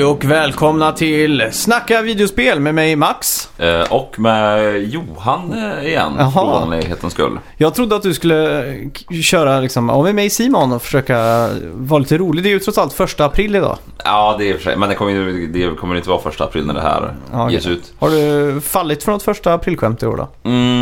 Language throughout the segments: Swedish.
Hej och välkomna till Snacka videospel med mig Max. Och med Johan igen. Jaha. För vanlighetens skull. Jag trodde att du skulle köra liksom, med mig Simon och försöka vara lite rolig. Det är ju trots allt 1 april idag. Ja, det är för sig. Men det kommer inte vara 1 april när det här ges ut. Har du fallit från ett 1 aprilskämt i år då?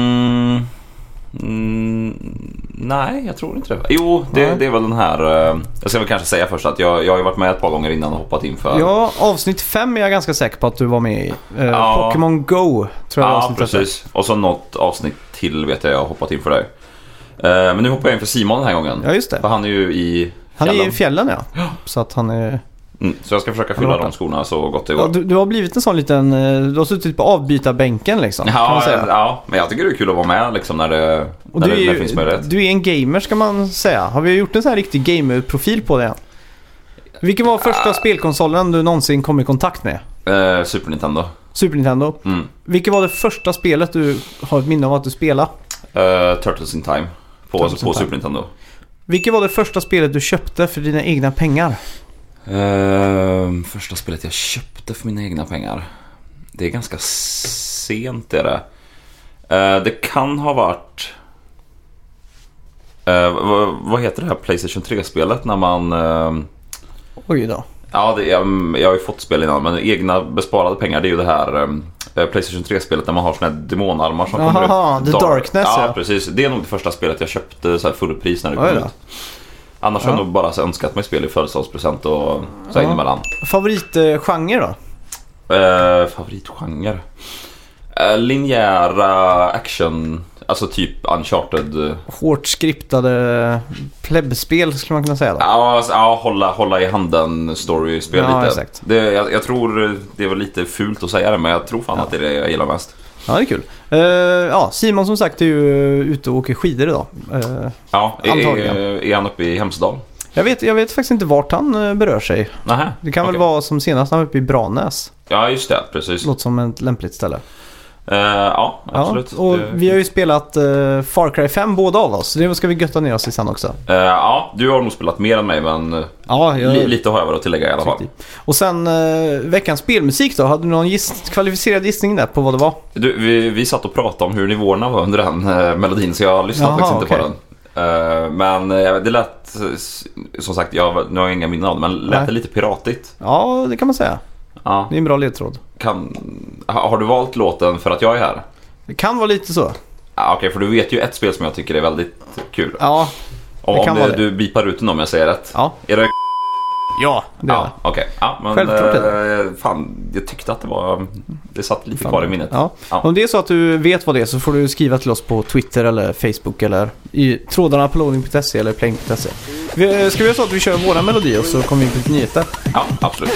Nej, jag tror inte det. Jo, det är väl den här. Jag ska väl kanske säga först att jag har ju varit med ett par gånger innan och hoppat in för. Ja, avsnitt 5 är jag ganska säker på att du var med i. Pokémon Go tror jag. Ja, precis. Och så något avsnitt till vet jag har hoppat in för dig. Men nu hoppar jag in för Simon den här gången. Ja, just det. För han är ju i fjällen. Han är i fjällen, ja. Så att han är... Så jag ska försöka fylla de skorna så gott det går. Ja, du har blivit en sån liten... Du har suttit på avbytarbänken liksom. Ja, kan man säga. Ja, men jag tycker det är kul att vara med liksom, när det finns möjlighet. Du är en gamer ska man säga. Har vi gjort en sån här riktig gamer-profil på det? Vilken var första spelkonsolen du någonsin kom i kontakt med? Super Nintendo. Super Nintendo? Vilket var det första spelet du har ett minne av att du spelade? Turtles in Time på Super Nintendo. Vilket var det första spelet du köpte för dina egna pengar? Första spelet jag köpte för mina egna pengar. Det är ganska sent är det. Det kan ha varit vad heter det här PlayStation 3-spelet när man Oj då. Ja, jag har ju fått spel innan, men egna besparade pengar, det är ju det här PlayStation 3-spelet där man har såna här demonarmar som kommer upp. The Darkness, ja. Precis. Det är nog det första spelet jag köpte så här fullpris när det kom ut. Annars har jag nog bara önskat mig spel i födelsedagspresent och så emellan. Favoritgenre då? Favoritgenre? Linjära action, alltså typ Uncharted. Hårt skriptade plebspel skulle man kunna säga då. Ja, hålla i handen story-spel lite. Exakt. Jag tror det var lite fult att säga det, men jag tror fan att det är det jag gillar mest. Ja, det är kul. Simon som sagt är ju ute och åker skidor idag. Är han uppe i Hemsedal? Jag vet faktiskt inte vart han berör sig. Nähä, det kan väl vara som senast han var uppe i Branäs. Ja, just det, precis. Låter som ett lämpligt ställe. Ja, absolut. Ja, och vi har ju spelat Far Cry 5 båda av oss. Det ska vi götta ner oss i sen också. Ja, du har nog spelat mer än mig, men lite har jag väl att tillägga i alla fall. Och sen veckans spelmusik då. Hade du någon kvalificerad gissning där på vad det var? Vi satt och pratade om hur nivåerna var under den melodin, så jag lyssnade faktiskt inte på den. Men det lät, som sagt, nu har jag inga minnen av det, men lät det lite piratigt. Ja, det kan man säga. Ja. Det är en bra ledtråd. Har du valt låten för att jag är här? Det kan vara lite så. Okej, för du vet ju ett spel som jag tycker är väldigt kul. Ja, om du bipar ut den om jag säger rätt. Ja. Är det? Ja, det är okej. Ja, men självklart fan, jag tyckte att det satt lite kvar i minnet. Ja. Om det är så att du vet vad det är så får du skriva till oss på Twitter eller Facebook eller i trådarna på loading.se eller playing.se. Ska vi göra så att vi kör våra melodier och så kommer vi in på lite nyheter? Ja, absolut.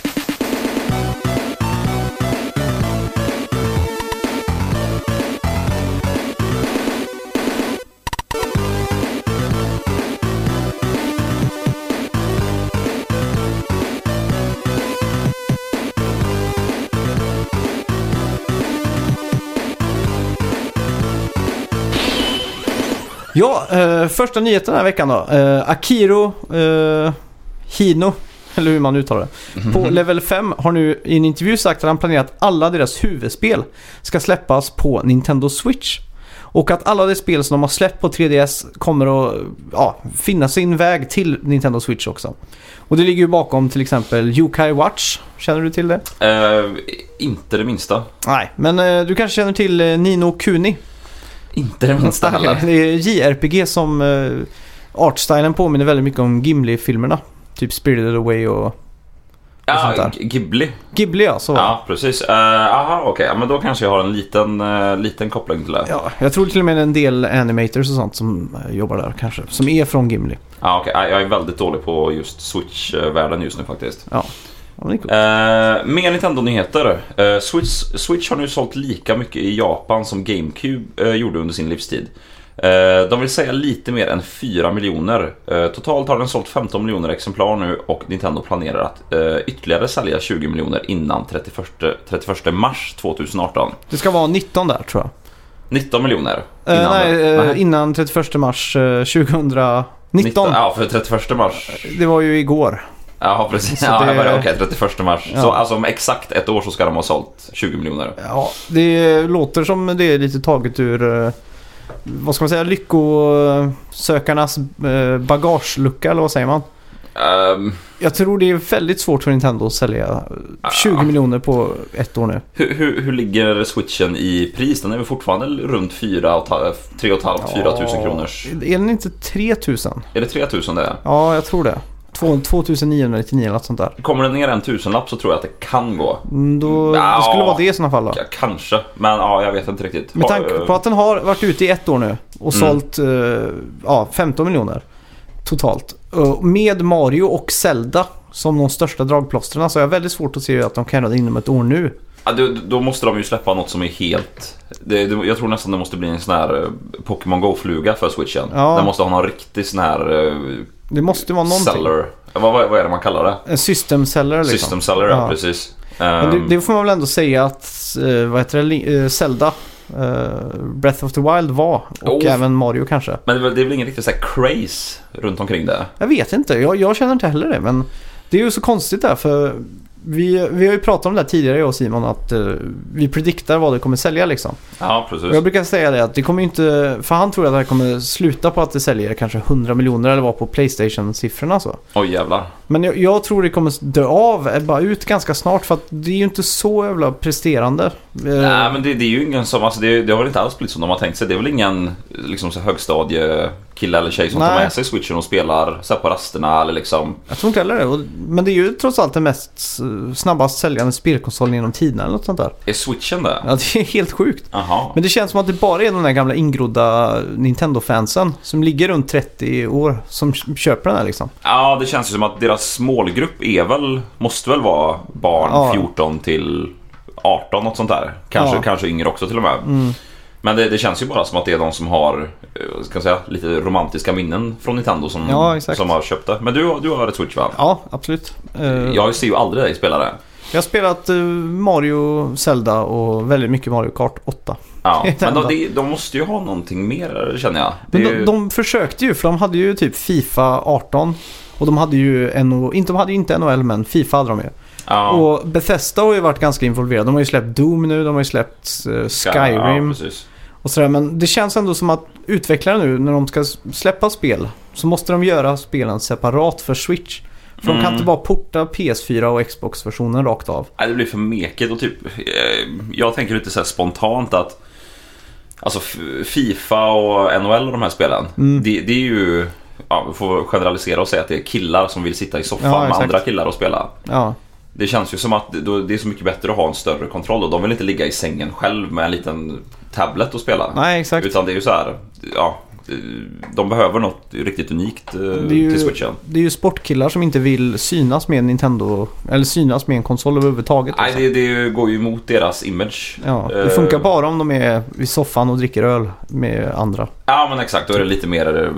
Ja, första nyheten den här veckan då. Akiro Hino, eller hur man uttalar det, på Level 5 har nu i en intervju sagt att han planerar att alla deras huvudspel ska släppas på Nintendo Switch. Och att alla de spel som de har släppt på 3DS kommer att finna sin väg till Nintendo Switch också. Och det ligger ju bakom till exempel Yokai Watch. Känner du till det? Inte det minsta. Nej, men du kanske känner till Ni no Kuni. Inte det minsta heller. Det är JRPG som artstylen påminner väldigt mycket om Ghibli-filmerna. Typ Spirited Away och sånt där. Ghibli. Ghibli, ja. Så. Ja, precis. Okej. Men då kanske jag har en liten koppling till det. Ja, jag tror till och med en del animators och sånt som jobbar där kanske. Som är från Ghibli. Ja, okej. Jag är väldigt dålig på just Switch-världen just nu faktiskt. Ja. Mer Nintendo-nyheter. Switch har nu sålt lika mycket i Japan som GameCube gjorde under sin livstid. De vill säga lite mer än 4 miljoner. Totalt har den sålt 15 miljoner exemplar nu och Nintendo planerar att ytterligare sälja 20 miljoner innan 31 mars 2018. Det ska vara 19 där tror jag. 19 miljoner? Innan 31 mars 2019. 19, ja, för 31 mars. Det var ju igår. Ja, precis. Så Ja, det- okej, 31 mars. Ja. Så alltså om exakt ett år så ska de ha sålt 20 miljoner. Ja, det låter som det är lite taget ur, vad ska man säga, lyckosökarnas bagagelucka, eller vad säger man? Jag tror det är väldigt svårt för Nintendo att sälja 20 miljoner på ett år nu. Hur ligger Switchen i pris? Den är väl fortfarande runt 3,5-4 tusen kronors. Är den inte 3000? Är det 3000 det är? Ja, jag tror det. 2999 eller något sånt där. Kommer den ner en tusenlapp så tror jag att det kan gå. Då, Ja. det skulle vara det i sådana fall då. Ja, kanske, men ja, jag vet inte riktigt. Med tanke på att den har varit ute i ett år nu och sålt 15 miljoner totalt. Med Mario och Zelda som de största dragplåsterna, så är jag väldigt svårt att se att de kan göra det inom ett år nu. Ja, då måste de ju släppa något som är helt... jag tror nästan det måste bli en sån här Pokémon Go-fluga för Switchen. Ja. Den måste ha någon riktig sån här... Det måste vara någonting. Seller. Vad är det man kallar det? En system seller liksom. System seller, ja, precis. Men det får man väl ändå säga att Zelda Breath of the Wild var, och även Mario kanske. Men det är väl ingen riktigt så här craze runt omkring det? Jag vet inte, jag känner inte heller det, men det är ju så konstigt där, för vi har ju pratat om det här tidigare, jag och Simon, att vi prediktar vad det kommer sälja liksom. Ja, precis. Och jag brukar säga det, att det kommer inte, för han tror att det här kommer sluta på att det säljer kanske 100 miljoner eller vad på PlayStation-siffrorna så. Oj, jävlar. Men jag tror det kommer dö av, bara ut ganska snart, för att det är ju inte så jävla presterande. Nej, men det är ju ingen som, alltså det har väl inte alls blivit som de har tänkt sig. Det är väl ingen liksom så högstadiekille eller tjej som tar med sig Switchen och spelar så här på rasterna eller liksom. Jag tror inte heller det, men det är ju trots allt den mest snabbast säljande spelkonsolen genom tiden eller något sånt där. Är Switchen det? Ja, det är helt sjukt. Aha. Men det känns som att det bara är de där gamla ingrodda Nintendo-fansen som ligger runt 30 år som köper den här liksom. Ja, det känns ju som att deras målgrupp måste väl vara barn 14 till 18, något sånt där. Kanske yngre också till och med. Men det känns ju bara som att det är de som har, ska jag säga, lite romantiska minnen från Nintendo som har köpt det. Men du har ett Switch, va? Ja, absolut. Jag ser ju aldrig dig spela det. Jag har spelat Mario, Zelda och väldigt mycket Mario Kart 8. Ja, men de måste ju ha någonting mer, känner jag. Men de försökte ju, för de hade ju typ FIFA 18 och de hade ju inte NHL, men FIFA hade de ju. Ja. Och Bethesda har ju varit ganska involverade. De har ju släppt Doom nu, de har ju släppt Skyrim och sådär. Men det känns ändå som att utvecklare nu, när de ska släppa spel, så måste de göra spelen separat för Switch. För de kan inte bara porta PS4 och Xbox-versionen rakt av. Nej, det blir för mekigt och typ, jag tänker lite så här spontant att alltså FIFA och NHL och de här spelen, det är ju, ja, vi får generalisera och säga att det är killar som vill sitta i soffan med andra killar och spela. Ja. Det känns ju som att det är så mycket bättre att ha en större kontroll, och de vill inte ligga i sängen själv med en liten tablet och spela. Nej, exakt. Utan det är ju så här, ja, de behöver något riktigt unikt till Switchen. Det är ju sportkillar som inte vill synas med en Nintendo eller synas med en konsol överhuvudtaget. Nej, det går ju emot deras image. Ja, det funkar bara om de är i soffan och dricker öl med andra. Ja, men exakt. Då är det lite mer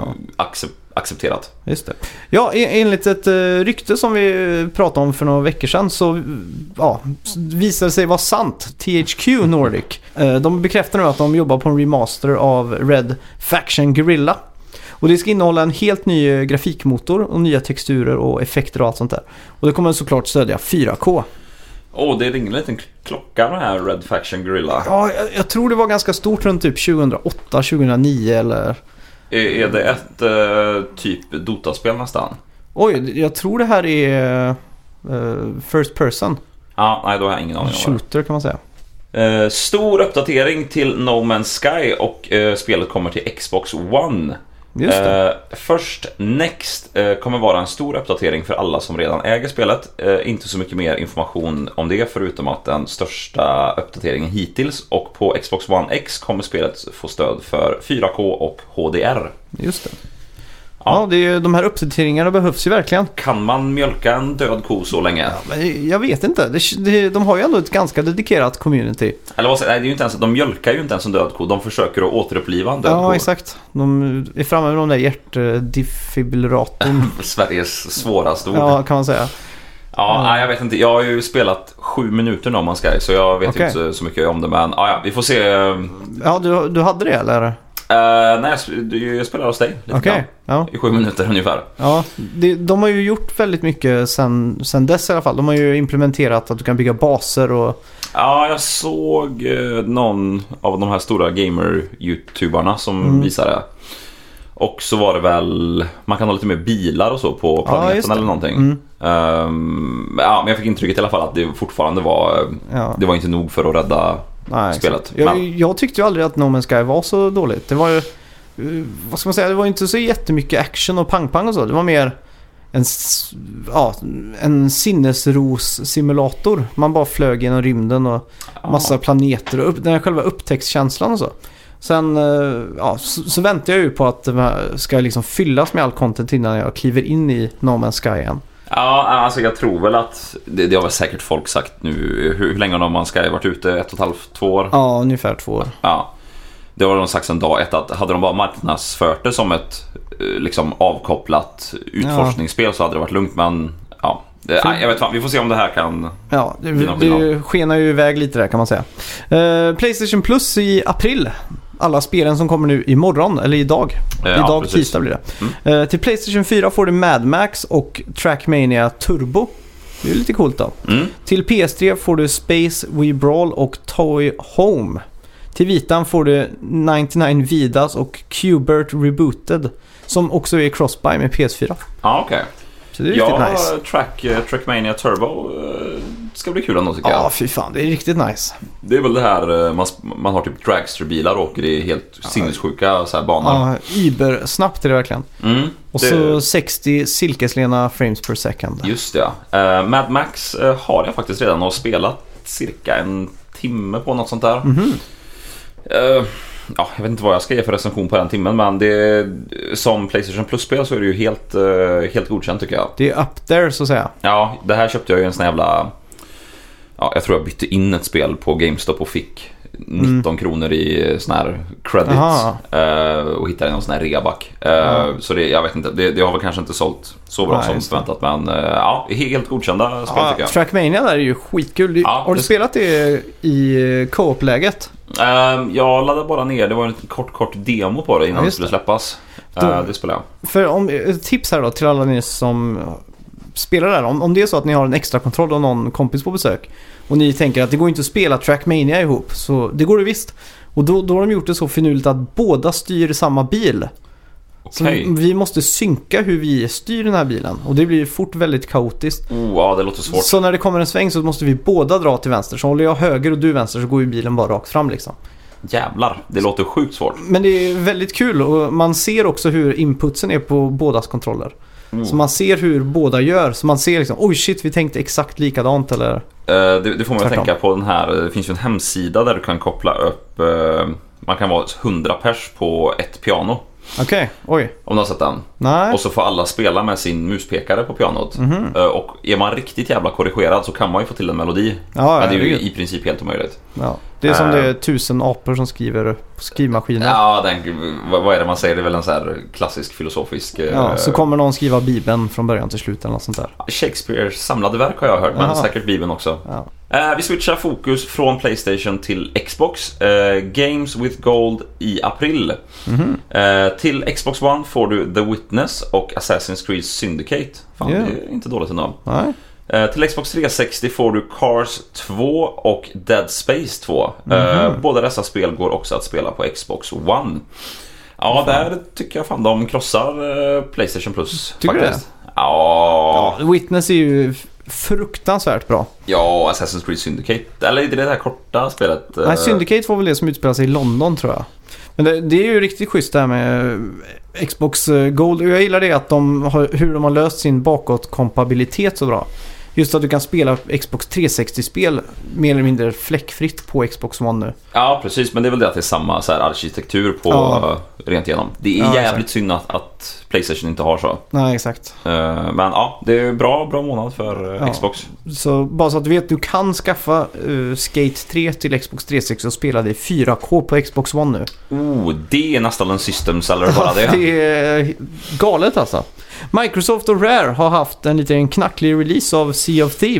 accepterat. Just det. Ja, enligt ett rykte som vi pratade om för några veckor sedan, så visade det sig vara sant. THQ Nordic. De bekräftar nu att de jobbar på en remaster av Red Faction Guerrilla. Och det ska innehålla en helt ny grafikmotor och nya texturer och effekter och allt sånt där. Och det kommer såklart stödja 4K. Det ringer en liten klocka, den här Red Faction Guerrilla. Ja, jag tror det var ganska stort runt typ 2008, 2009 eller... Är det ett typ Dota-spel nästan? Oj, jag tror det här är first person. Ja, nej, då har jag ingen aning om shooter kan man säga. Stor uppdatering till No Man's Sky, och spelet kommer till Xbox One. Just det. Först Next kommer vara en stor uppdatering för alla som redan äger spelet. Inte så mycket mer information om det, förutom att den största uppdateringen hittills, och på Xbox One X kommer spelet få stöd för 4K och HDR. Just det. Ja, de här uppdateringarna behövs ju verkligen. Kan man mjölka en död ko så länge? Ja, men jag vet inte. De har ju ändå ett ganska dedikerat community. Eller vad säger, nej, det är ju inte ens, de mjölkar ju inte ens en död ko. De försöker att återuppliva en död ko. Ja, exakt. De är framme med de där hjärtdefibrillatorn. Sveriges svåraste ord. Ja, kan man säga. Ja, nej, jag vet inte. Jag har ju spelat 7 minuter No Man's Sky, så jag vet inte så mycket om det. Men ja, vi får se. Ja, du hade det eller? Nej, jag spelar hos dig lite Okej, ja. i 7 minuter ungefär. Ja, de har ju gjort väldigt mycket sen dess i alla fall. De har ju implementerat att du kan bygga baser och... Ja, jag såg någon av de här stora gamer-youtubarna som visade det. Och så var det väl, man kan ha lite mer bilar och så på planeten eller någonting. Ja, men jag fick intrycket i alla fall att det fortfarande var, det var inte nog för att rädda spelet. Jag tyckte ju aldrig att No Man's Sky var så dåligt. Det var ju, vad ska man säga, det var inte så jättemycket action och pang-pang och så. Det var mer en sinnesros-simulator. Man bara flög genom rymden och massa planeter och den här själva upptäcktskänslan och så. Sen så väntar jag ju på att det ska liksom fyllas med all content innan jag kliver in i No Man's Sky igen. Ja, alltså jag tror väl att det har väl säkert folk sagt nu. Hur länge har No Man's Sky varit ute? 1,5-2 år? Ja, ungefär 2 år. Ja, det har de sagt sedan dag ett att hade de bara marknadsfört det som ett liksom avkopplat utforskningsspel så hade det varit lugnt, men ja. Jag vet fan, vi får se om det här kan... Ja, det skenar ju iväg lite där kan man säga. PlayStation Plus i april. Alla spelen som kommer nu imorgon, eller idag. Idag tisdag blir det. Till PlayStation 4 får du Mad Max och Trackmania Turbo. Det är lite coolt då. Till PS3 får du Space We Brawl och Toy Home. Till Vitan får du 99 Vidas och Qbert Rebooted, som också är crossbuy med PS4. Ja, okej. Så det är riktigt nice. Trackmania Turbo ska bli kul ändå tycker jag. Ja, fy fan, det är riktigt nice. Det är väl det här, man har typ dragsterbilar och åker i helt sinnessjuka så här banor. Ja, snabbt är det verkligen. Och så 60 silkeslena frames per second. Just det, ja. Mad Max har jag faktiskt redan spelat cirka 1 timme på något sånt där. Ja, jag vet inte vad jag ska ge för recension på den timmen, men det, som PlayStation Plus-spel så är det ju helt godkänt tycker jag. Det är up there så att säga. Ja, det här köpte jag ju en sån jävla... Ja, jag tror jag bytte in ett spel på GameStop och fick 19 kronor i sån här credit och hittade någon sån här reback. Så det, jag vet inte, det har väl kanske inte sålt så bra som förväntat, men ja, helt godkända spel tycker jag. Trackmania där är ju skitkul. Har du spelat det i co-op-läget? Jag laddade bara ner, det var en kort demo på det innan det skulle släppas. Det spelade jag. För om ett tips här då till alla ni som spelar där, om det är så att ni har en extra kontroll och någon kompis på besök och ni tänker att det går inte att spela Trackmania ihop, så det går det visst. Och då har de gjort det så finurligt att båda styr samma bil. Så vi måste synka hur vi styr den här bilen. Och det blir fort väldigt kaotiskt. Ja, det låter svårt. Så när det kommer en sväng så måste vi båda dra till vänster. Så håller jag höger och du vänster så går ju bilen bara rakt fram liksom. Jävlar, det låter sjukt svårt. Men det är väldigt kul och man ser också hur inputsen är på bådas kontroller. Så man ser hur båda gör. Så man ser liksom, oj shit, vi tänkte exakt likadant eller... Det får man ju tänka på den här. Det finns ju en hemsida där du kan koppla upp... man kan vara 100 pers på ett piano. Okej, oj. Om du har sett den. Nej. Och så får alla spela med sin muspekare på pianot. Och är man riktigt jävla korrigerad så kan man ju få till en melodi. Ja, men det är ju i princip helt omöjligt. Ja. Det är som det är 1000 apor som skriver på skrivmaskiner. Ja, vad är det man säger? Det är väl en så här klassisk filosofisk... Ja, så kommer någon skriva Bibeln från början till slut eller något sånt där. Shakespeares samlade verk har jag hört, men säkert Bibeln också. Ja. Vi switchar fokus från PlayStation till Xbox. Games with Gold i april. Till Xbox One får du The Witness och Assassin's Creed Syndicate. Fan, det är inte dåligt ändå. Nej. Till Xbox 360 får du Cars 2 och Dead Space 2. Båda dessa spel går också att spela på Xbox One. Ja, där tycker jag fan de krossar PlayStation Plus. Tycker faktiskt. Du det? Ja. Witness är ju fruktansvärt bra. Ja, Assassin's Creed Syndicate. Eller är det här korta spelet? Nej, Syndicate var väl det som utspelar sig i London tror jag. Men det är ju riktigt schysst det här med Xbox Gold. Jag gillar det att hur de har löst sin bakåtkompatibilitet så bra. Just att du kan spela Xbox 360-spel mer eller mindre fläckfritt på Xbox One nu. Ja, precis. Men det är väl det att det är samma så här arkitektur på rent igenom. Det är jävligt synd att PlayStation inte har så. Nej, exakt. Men ja, det är bra månad för Xbox. Så bara så att du vet, du kan skaffa Skate 3 till Xbox 360 och spela det i 4K på Xbox One nu. Det är nästan en system seller bara det. Det är galet alltså. Microsoft och Rare har haft en liten knacklig release av Sea of Thieves.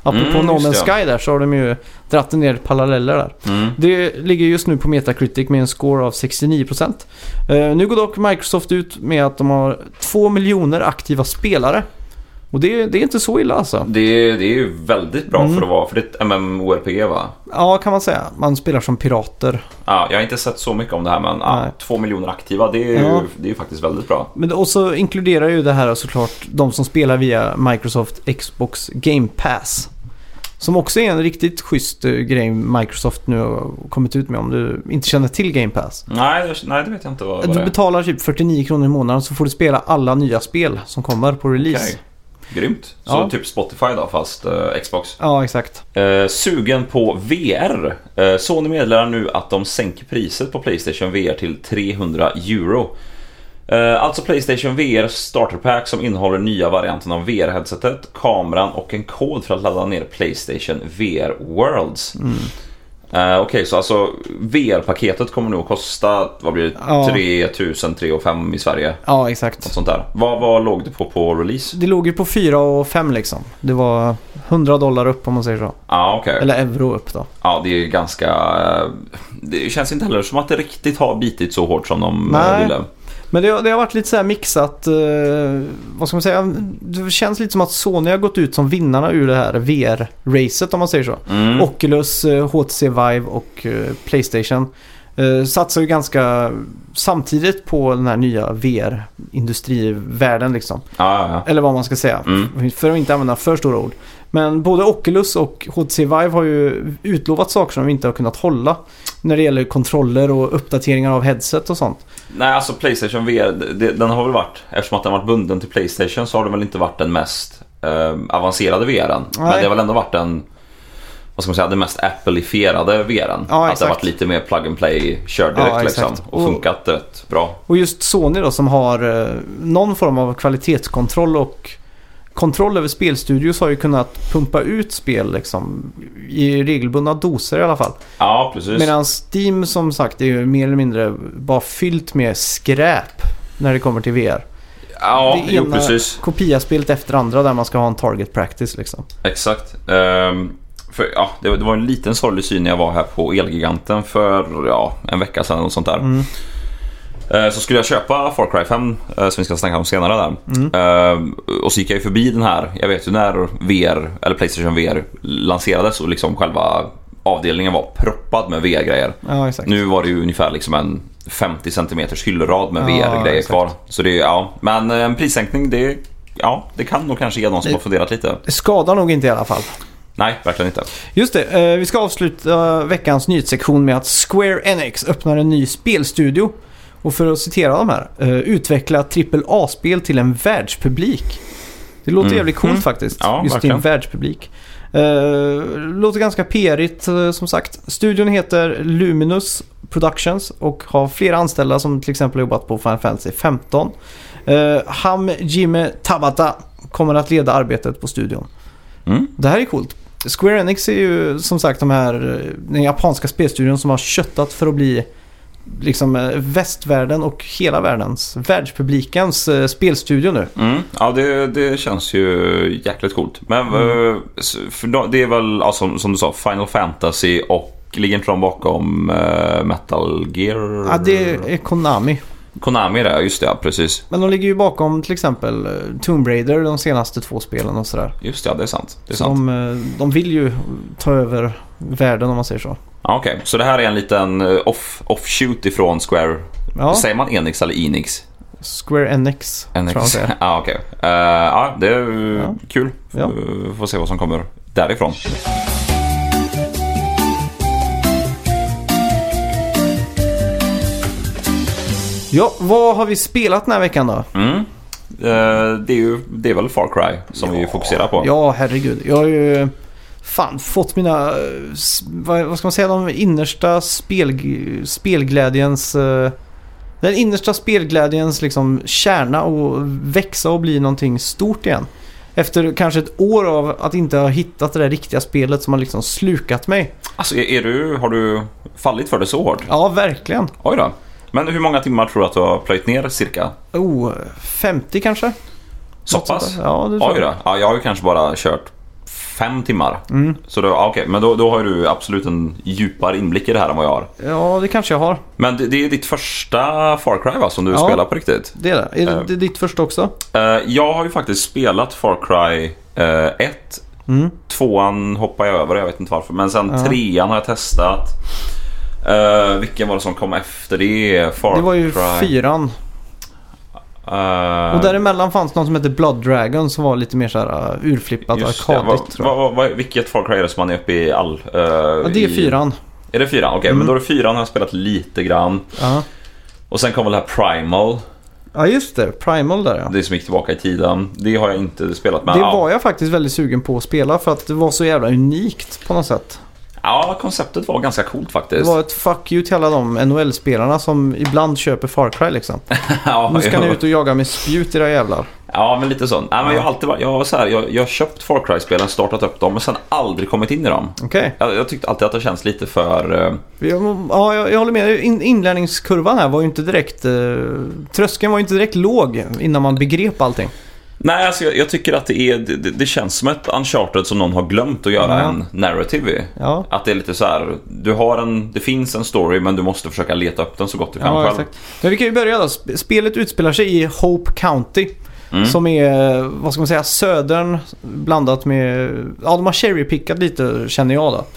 Apropå No Man's Sky där så har de ju dratt en del paralleller där. Det ligger just nu på Metacritic med en score av 69%. Nu går dock Microsoft ut med att de har 2 miljoner aktiva spelare. Och det är inte så illa alltså. Det är ju väldigt bra för att vara, för det är ett MMORPG va? Ja, kan man säga. Man spelar som pirater. Ja, jag har inte sett så mycket om det här, men 2 miljoner aktiva, det är ju faktiskt väldigt bra. Men och så inkluderar ju det här såklart de som spelar via Microsoft Xbox Game Pass. Som också är en riktigt schysst grej Microsoft nu har kommit ut med, om du inte känner till Game Pass. Nej, det vet jag inte vad det är. Du betalar typ 49 kronor i månaden så får du spela alla nya spel som kommer på release. Okay. Grymt. Så typ Spotify då, fast Xbox. Ja, exakt. Sugen på VR. Sony meddelar nu att de sänker priset på PlayStation VR till 300 euro. Alltså PlayStation VR Starter Pack som innehåller nya varianten av VR-headsetet, kameran och en kod för att ladda ner PlayStation VR Worlds. Okej, så alltså VR-paketet kommer nog att kosta, vad blir det? 3,5 i Sverige. Ja, exakt. Sånt där. Vad låg det på release? Det låg ju på 4,5 liksom. Det var $100 upp om man säger så. Ja, okej. Eller euro upp då. Ja, det är ganska... Det känns inte heller som att det riktigt har bitit så hårt som de ville. Men det har varit lite så här mixat, vad ska man säga, det känns lite som att Sony har gått ut som vinnarna ur det här VR-racet om man säger så. Oculus, HTC Vive och PlayStation satsar ju ganska samtidigt på den här nya VR-industrivärlden liksom. Eller vad man ska säga, för att inte använda för stora ord. Men både Oculus och HTC Vive har ju utlovat saker som de inte har kunnat hålla när det gäller kontroller och uppdateringar av headset och sånt. Nej, alltså PlayStation VR, den har väl varit, eftersom att den har varit bunden till PlayStation så har den väl inte varit den mest avancerade VR:en. Men det har väl ändå varit den, vad ska man säga, den mest Apple-ifierade VR:en. Ja, att det har varit lite mer plug and play, kör direkt liksom, och funkat rätt bra. Och just Sony då som har någon form av kvalitetskontroll och kontroll över spelstudios har ju kunnat pumpa ut spel liksom, i regelbundna doser i alla fall. Ja, precis. Medan Steam som sagt är ju mer eller mindre bara fyllt med skräp när det kommer till VR. Ja, det ena precis. Kopiaspelet efter andra där man ska ha en target practice liksom. Exakt. För, det var en liten sorglig syn när jag var här på Elgiganten för en vecka sedan och sånt där. Så skulle jag köpa Far Cry 5 som vi ska snacka om senare där. Och så gick jag ju förbi den här, jag vet ju när VR eller PlayStation VR lanserades och liksom själva avdelningen var proppad med VR-grejer. Ja, exakt. Nu var det ju ungefär liksom en 50 cm hyllrad med VR-grejer kvar. Så det är men en prissänkning det kan nog kanske ge någon som har funderat lite. Det skadar nog inte i alla fall. Nej, verkligen inte. Just det, vi ska avsluta veckans nyhetssektion med att Square Enix öppnar en ny spelstudio. Och för att citera de här, utveckla AAA-spel till en världspublik. Det låter jävligt coolt faktiskt, just till en världspublik. Låter ganska PR-igt som sagt. Studion heter Luminous Productions och har flera anställda som till exempel jobbat på Final Fantasy 15. Hajime Tabata kommer att leda arbetet på studion. Det här är coolt. Square Enix är ju som sagt den japanska spelstudion som har köttat för att bli liksom västvärlden och hela världspublikens spelstudio nu. Ja, det känns ju jäkligt coolt. Men för det är väl som du sa Final Fantasy och ligger inte de bakom Metal Gear? Ja, det är Konami. Konami där, just det, precis. Men de ligger ju bakom till exempel Tomb Raider, de senaste 2 spelen och sådär. Just det, det är sant. De vill ju ta över världen om man säger så. Okej. Så det här är en liten offshoot ifrån Square. Säger man Enix eller Enix? Square Enix. Okej. Det är kul. Får se vad som kommer därifrån. Ja, vad har vi spelat den här veckan då? Det är väl Far Cry som vi fokuserar på. Ja, herregud. Jag har ju fått mina, vad ska man säga, de innersta spelglädjens den innersta spelglädjens liksom kärna och växa och bli någonting stort igen. Efter kanske ett år av att inte ha hittat det där riktiga spelet som har liksom slukat mig. Alltså har du fallit för det så hårt? Ja, verkligen. Oj då. Men hur många timmar tror du att du har plöjt ner cirka? 50 kanske. Så pass? Ja, det tror jag. Oj då. Ja, jag har ju kanske bara kört 5 timmar. Så då, okej, men då har du absolut en djupare inblick i det här än vad jag har. Ja, det kanske jag har. Men det är ditt första Far Cry, va, som du spelar på riktigt? Det är det. Är det ditt första också? Jag har ju faktiskt spelat Far Cry 1. 2:an hoppar jag över, jag vet inte varför. Men sen 3:an har jag testat. Vilken var det som kom efter det? Det var ju 4:an. Och däremellan fanns något som heter Blood Dragon som var lite mer så här urflippat arkadigt, tror jag. Vilket Far Cry är det som man är uppe i all? Det är 4:an. Är det 4:an? Okej, men då är det 4:an har jag spelat lite grann. Och sen kom väl det här Primal. Ja, just det. Primal där, ja. Det som gick tillbaka i tiden. Det har jag inte spelat med. Det var jag faktiskt väldigt sugen på att spela för att det var så jävla unikt på något sätt. Ja, konceptet var ganska coolt faktiskt. Det var ett fuck you till alla de NHL-spelarna som ibland köper Far Cry liksom. Nu ska ni ut och jaga med spjut i era jävlar. Ja, men lite sånt. Nej, men jag har alltid jag har köpt Far Cry-spelen, startat upp dem, men sen aldrig kommit in i dem. Okej. Jag tyckte alltid att det känns lite för... Jag håller med. Inlärningskurvan här var ju inte direkt... tröskeln var ju inte direkt låg innan man begrep allting. Nej, alltså jag tycker att det känns som ett Uncharted som någon har glömt att göra en narrative i. Ja. Att det är lite så här, det finns en story, men du måste försöka leta upp den så gott du kan själv. Exakt. Men vi kan ju börja då. Spelet utspelar sig i Hope County. Som är, vad ska man säga, södern blandat med... Ja, de har cherrypickat lite, känner jag då.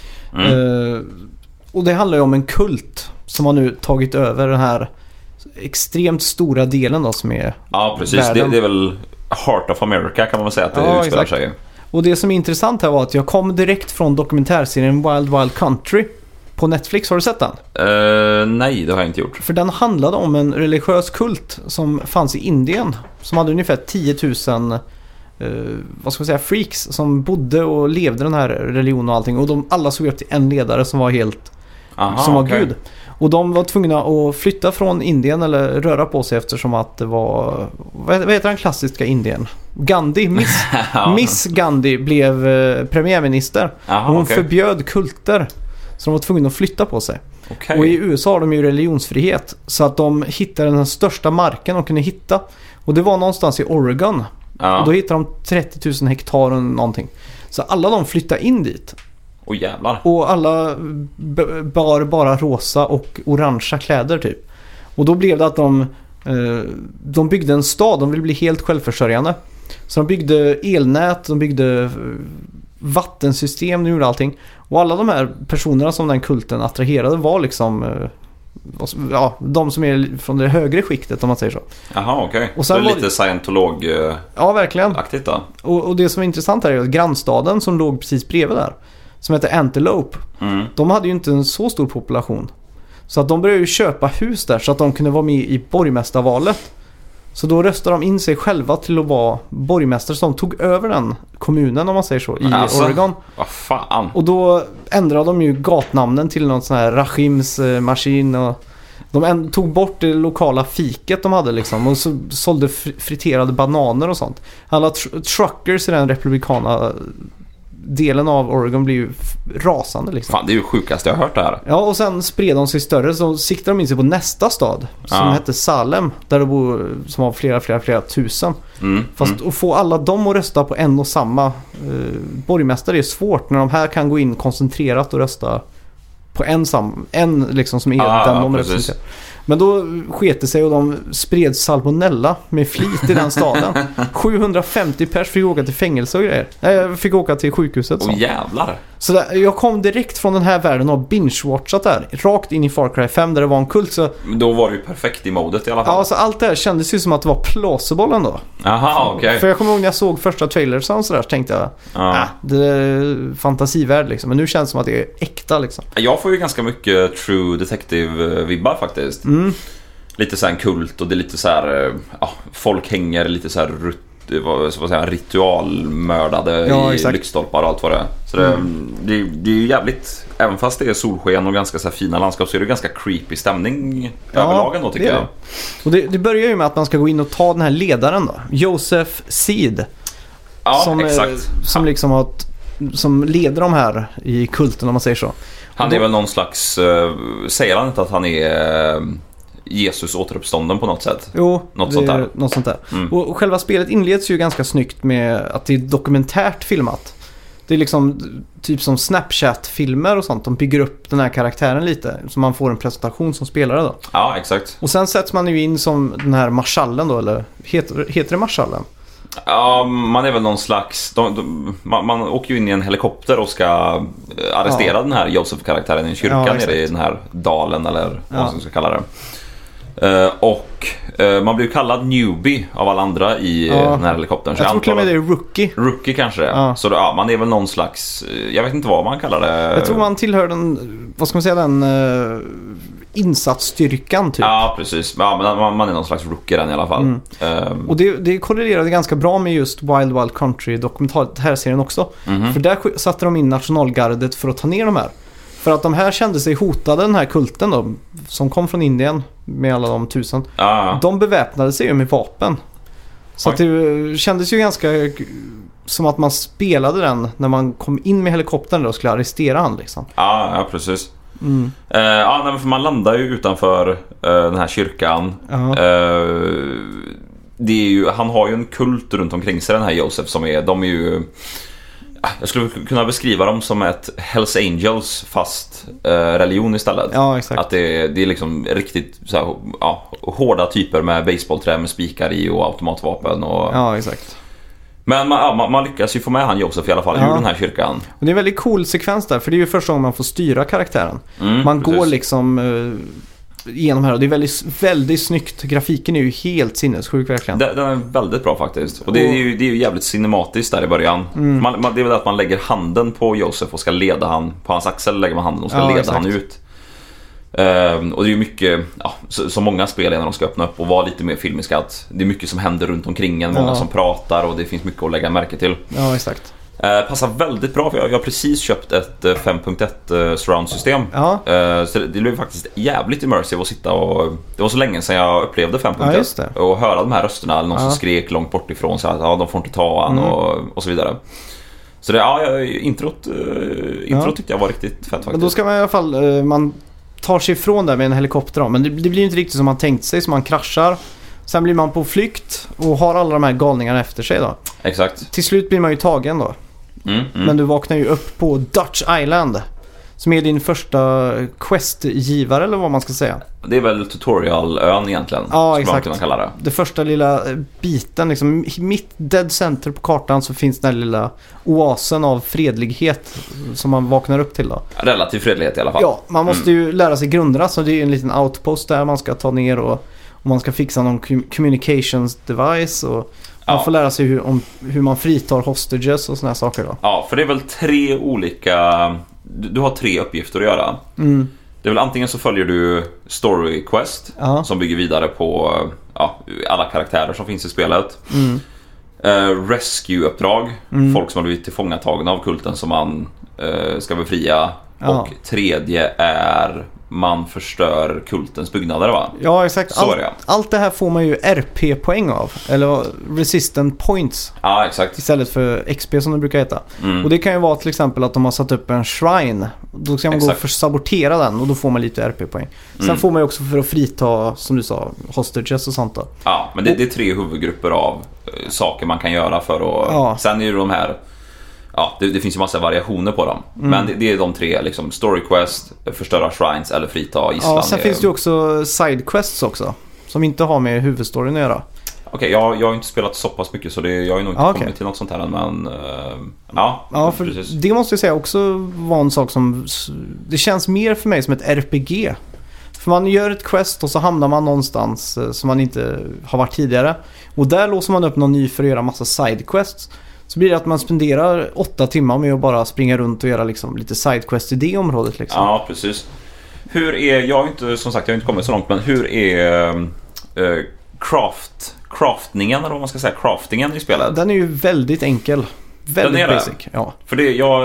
Och det handlar ju om en kult som har nu tagit över den här extremt stora delen då, som är... Ja, precis. Det är väl Heart of America, kan man väl säga att det utspelar sig. Och det som är intressant här var att jag kom direkt från dokumentärserien Wild Wild Country på Netflix. Har du sett den? Nej, det har jag inte gjort. För den handlade om en religiös kult som fanns i Indien. Som hade ungefär 10 000 vad ska man säga, freaks som bodde och levde den här religionen och allting. Och alla såg upp till en ledare som var helt... som var Gud. Och de var tvungna att flytta från Indien eller röra på sig eftersom att det var... Vad heter den klassiska Indien? Gandhi. Miss Gandhi blev premiärminister. Hon förbjöd kulter. Så de var tvungna att flytta på sig. Okay. Och i USA har de ju religionsfrihet. Så att de hittade den största marken de kunde hitta. Och det var någonstans i Oregon. Och då hittade de 30 000 hektar eller någonting. Så alla de flyttade in dit. Jävlar. Och alla bar bara rosa och orangea kläder typ. Och då blev det att de byggde en stad. De ville bli helt självförsörjande. Så de byggde elnät, de byggde vattensystem, de gjorde allting. Och alla de här personerna som den kulten attraherade var liksom de som är från det högre skiktet, om man säger så. Jaha, okej. Och sen så det är lite scientolog ja, verkligen. Aktigt då. Och det som är intressant här är att grannstaden som låg precis bredvid där, som heter Antelope, de hade ju inte en så stor population. Så att de började ju köpa hus där så att de kunde vara med i borgmästarvalet. Så då röstade de in sig själva till att vara borgmästare som tog över den kommunen, om man säger så, i Oregon. Vad fan? Och då ändrade de ju gatnamnen till något sån här Rachims maskin, och de tog bort det lokala fiket de hade liksom, och så sålde friterade bananer och sånt. Alla truckers i den republikana delen av Oregon blir ju rasande liksom. Fan, det är ju sjukaste jag har hört det här. Ja, och sen spred de sig större, så siktade de in sig på nästa stad som hette Salem, där det bor, som har flera tusen. Fast att få alla dem att rösta på en och samma borgmästare är svårt, när de här kan gå in koncentrerat och rösta på en liksom som är den de representerar. Men då sket det sig och de spred salmonella med flit i den staden. 750 pers fick åka till fängelse och grejer. Jag fick åka till sjukhuset. Jävlar. Så där, jag kom direkt från den här världen och binge-watchat där. Rakt in i Far Cry 5 där det var en kult. Så... Då var det ju perfekt i modet i alla fall. Ja, så allt det här kändes ju som att det var plausible ändå. Aha, okej. Okay. För jag kommer ihåg när jag såg första trailers och sådär, så tänkte jag, det är fantasivärld liksom. Men nu känns det som att det är äkta liksom. Jag får ju ganska mycket True Detective-vibbar faktiskt. Lite så här en kult, och det är lite så här, folk hänger lite så här ritualmördade i lyktstolpar och allt vad det är. Så det är ju jävligt, även fast det är solsken och ganska så här fina landskap, så är det ganska creepy stämning överlag ändå, tycker jag. Och det börjar ju med att man ska gå in och ta den här ledaren då, Joseph Seed. Ja, som, exakt. Som leder de här i kulten, om man säger så. Han är väl någon slags, säger han inte att han är Jesus återuppstånden på något sätt? Jo, något sånt där. Och själva spelet inleds ju ganska snyggt med att det är dokumentärt filmat. Det är liksom typ som Snapchat-filmer och sånt. De bygger upp den här karaktären lite. Så man får en presentation som spelare då. Ja, exakt. Och sen sätts man ju in som den här marskallen då, eller heter det marskallen? Ja, man är väl någon slags... Man åker ju in i en helikopter och ska arrestera den här Joseph-karaktären i en kyrka nere i den här dalen, eller vad man ska kalla det. Och man blir ju kallad newbie av alla andra i den här helikoptern. Så jag tror till och med det är rookie. Rookie kanske det. Ja. Så man är väl någon slags... Jag vet inte vad man kallar det. Jag tror man tillhör den... Vad ska man säga? Den insatsstyrkan typ. Ja, precis. Ja, men man är någon slags rookie den i alla fall. Och det korrelerade ganska bra med just Wild Wild Country dokumentärserien också. För där satte de in nationalgardet för att ta ner de här. För att de här kände sig hotade, den här kulten då, som kom från Indien med alla de 1000. De beväpnade sig ju med vapen. Så att det kändes ju ganska som att man spelade den när man kom in med helikoptern och skulle arrestera han liksom. Ja, precis. För man landar ju utanför den här kyrkan. Det är ju, han har ju en kult runt omkring sig, den här Joseph, de är ju... Jag skulle kunna beskriva dem som ett Hells Angels fast religion istället. Ja, exakt. Att det är liksom riktigt så här, hårda typer med baseballträ med spikar i och automatvapen. Ja, exakt. Men man lyckas ju få med han Joseph i alla fall ur den här kyrkan. Och det är en väldigt cool sekvens där, för det är ju första gången man får styra karaktären. Man precis. går liksom igenom här och det är väldigt, väldigt snyggt. Grafiken är ju helt sinnessjuk verkligen. Den är väldigt bra faktiskt. Och det är ju jävligt cinematiskt där i början. Det är väl att man lägger handen på Joseph och ska leda han på hans axel, lägger man handen och ska leda han ut. Och det är ju mycket så många spel när de ska öppna upp och vara lite mer filmiska, att det är mycket som händer runt omkring en, många som pratar och det finns mycket att lägga märke till. Ja, exakt. Passar väldigt bra, för jag har precis köpt ett 5.1 surround-system. Så det blev faktiskt jävligt immersive att sitta och... Det var så länge sedan jag upplevde 5.1 och höra de här rösterna, eller någon som skrek långt bort ifrån så att de får inte ta han och så vidare. Så introt tyckte jag var riktigt fett faktiskt. Men då ska man i alla fall... Man tar sig ifrån där med en helikopter då, men det blir inte riktigt som man tänkt sig, så man kraschar. Sen blir man på flykt och har alla de här galningarna efter sig då. Exakt. Till slut blir man ju tagen då. Men du vaknar ju upp på Dutch Island, som är din första questgivare, eller vad man ska säga. Det är väl tutorialön egentligen. Ja, exakt. Man kallar det. Det första lilla biten, liksom, mitt dead center på kartan så finns den här lilla oasen av fredlighet som man vaknar upp till då. Relativ fredlighet i alla fall. Ja, man måste ju lära sig grunderna, så det är en liten outpost där man ska ta ner och man ska fixa någon communications device och man får lära sig hur man fritar hostages och såna här saker då. Ja, för det är väl 3 olika... Du har 3 uppgifter att göra. Det är väl antingen så följer du story quest som bygger vidare på alla karaktärer som finns i spelet. Rescue-uppdrag. Folk som har blivit tillfångatagna av kulten som man ska befria. Och 3:e är man förstör kultens byggnader, va? Ja, exakt. Allt det här får man ju RP-poäng av. Eller resistant points. Ja, exakt. Istället för XP som det brukar heta. Och det kan ju vara till exempel att de har satt upp en shrine. Då ska man gå för sabotera den och då får man lite RP-poäng. Sen får man ju också för att frita, som du sa, hostages och sånt då. Ja, men det är 3 huvudgrupper av saker man kan göra för att... Sen är ju de här... det finns ju massa variationer på dem. Men det är de 3 liksom, story quest, förstöra shrines eller frita gisslan. Ja, sen finns det ju också side quests också, som inte har med huvudstoryn att göra. Okej, jag har inte spelat så pass mycket, så jag har ju nog inte kommit till något sånt här. Men för precis. Det måste jag säga också var en sak som... Det känns mer för mig som ett RPG. För man gör ett quest och så hamnar man någonstans som man inte har varit tidigare. Och där låser man upp någon ny för att göra massa side quests. Så blir det att man spenderar 8 timmar med att bara springa runt och göra liksom lite sidequest i det området liksom. Ja, precis. Jag har inte kommit så långt, men hur är craftningen, eller vad man ska säga, craftingen i spelet? Den är ju väldigt enkel. Väldigt basic. Ja. För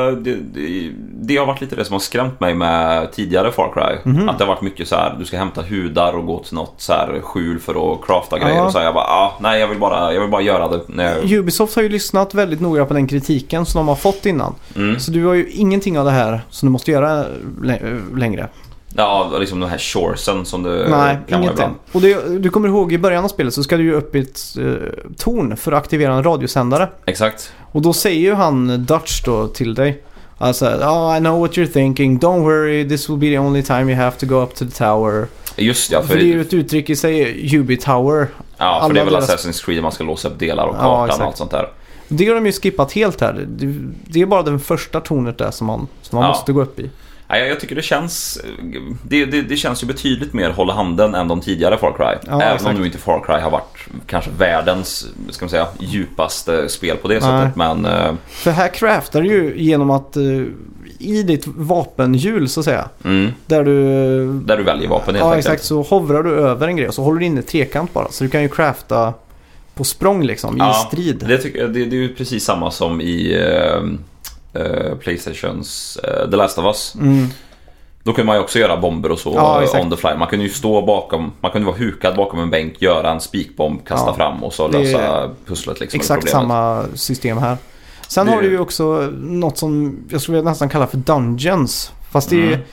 det har varit lite det som har skrämt mig med tidigare Far Cry. Att det har varit mycket så här, du ska hämta hudar och gå till något så här skjul för att crafta grejer och så här, jag bara nej, jag vill bara göra det. Ubisoft har ju lyssnat väldigt noga på den kritiken som de har fått innan. Så du har ju ingenting av det här som du måste göra längre. Ja, liksom den här shoresen som du Nej, kan inget ibland. Och du kommer ihåg i början av spelet så ska du ju upp i ett torn för att aktivera en radiosändare. Exakt. Och då säger ju han Dutch då till dig. Alltså, I know what you're thinking. Don't worry, this will be the only time you have to go up to the tower. Just ja, för det är ju ett uttryck i sig, UB Tower. Ja, för det är väl Assassin's Creed man ska låsa upp delar av kartan och allt sånt där. Det har de ju skippat helt här. Det är bara den första tornet där som man måste gå upp i. Ja, jag tycker det känns det känns ju betydligt mer hålla handen än de tidigare Far Cry. Ja, även exakt. om nu inte Far Cry har varit kanske världens, ska man säga, djupaste spel på det sättet. Men för här craftar du ju genom att i ditt vapenhjul så att säga. Där du väljer vapen helt enkelt. Exakt, så hovrar du över en grej och så håller du in i trekant bara. Så du kan ju crafta på språng liksom, i strid. Det är ju precis samma som i PlayStations The Last of Us. Då kunde man ju också göra bomber och så on the fly. Man kunde ju stå bakom, man kunde vara hukad bakom en bänk, göra en spikbomb, kasta fram och så lösa pusslet liksom. Exakt samma system här. Sen har du ju också något som jag skulle nästan kalla för dungeons. Fast det är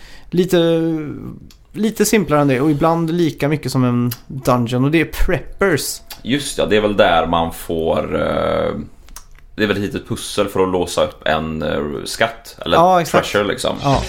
lite simplare än det och ibland lika mycket som en dungeon, och det är preppers. Just ja, det är väl där man får det är väl ett litet pussel för att låsa upp en skatt eller treasure liksom. Ja.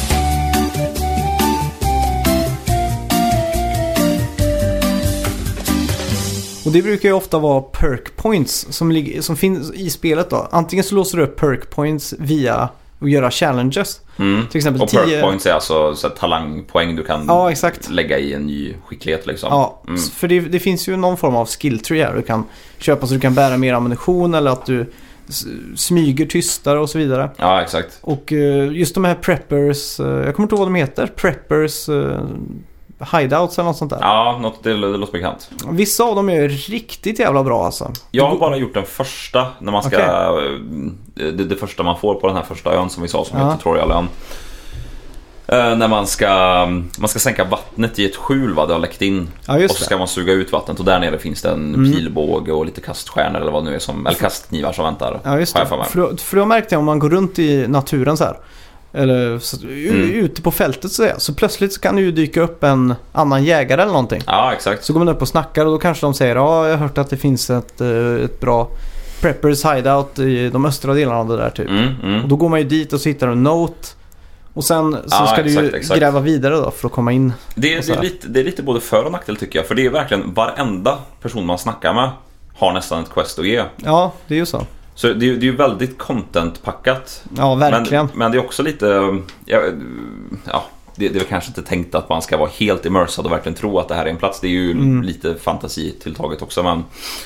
Och det brukar ju ofta vara perk points som finns i spelet då. Antingen så låser du upp perk points via att göra challenges. Till exempel och perk points är alltså så talangpoäng du kan lägga i en ny skicklighet liksom. Ja, för det finns ju någon form av skill tree här. Du kan köpa så du kan bära mer ammunition eller att du smyger tystare och så vidare. Ja, exakt. Och just de här preppers, jag kommer inte ihåg vad de heter. Preppers hideouts eller något sånt där. Ja, det låter bekant. Vissa av dem är riktigt jävla bra alltså. Jag har bara gjort den första när man ska det första man får på den här första ön som vi sa som är tutorialen. När man ska sänka vattnet i ett skjul, det har läckt in. Ja, och så ska man suga ut vattnet och där nere finns det en pilbåge och lite kaststjärnor eller vad nu är eller kastknivar som väntar. Ja, just det. För då märkte jag om man går runt i naturen så här eller ute på fältet så plötsligt så kan det ju dyka upp en annan jägare eller någonting. Ja, exakt. Så går man upp och snackar och då kanske de säger jag har hört att det finns ett bra preppers hideout i de östra delarna av det där typ. Och då går man ju dit och så hittar en note. Och sen så ska du gräva vidare då för att komma in. Det är lite både för och nackdel tycker jag. För det är verkligen varenda person man snackar med har nästan ett quest att ge. Ja, det är ju så. Så det är ju väldigt contentpackat. Ja, verkligen. Men det är också lite det är väl kanske inte tänkt att man ska vara helt immersad och verkligen tro att det här är en plats. Det är ju lite fantasitilltaget också, men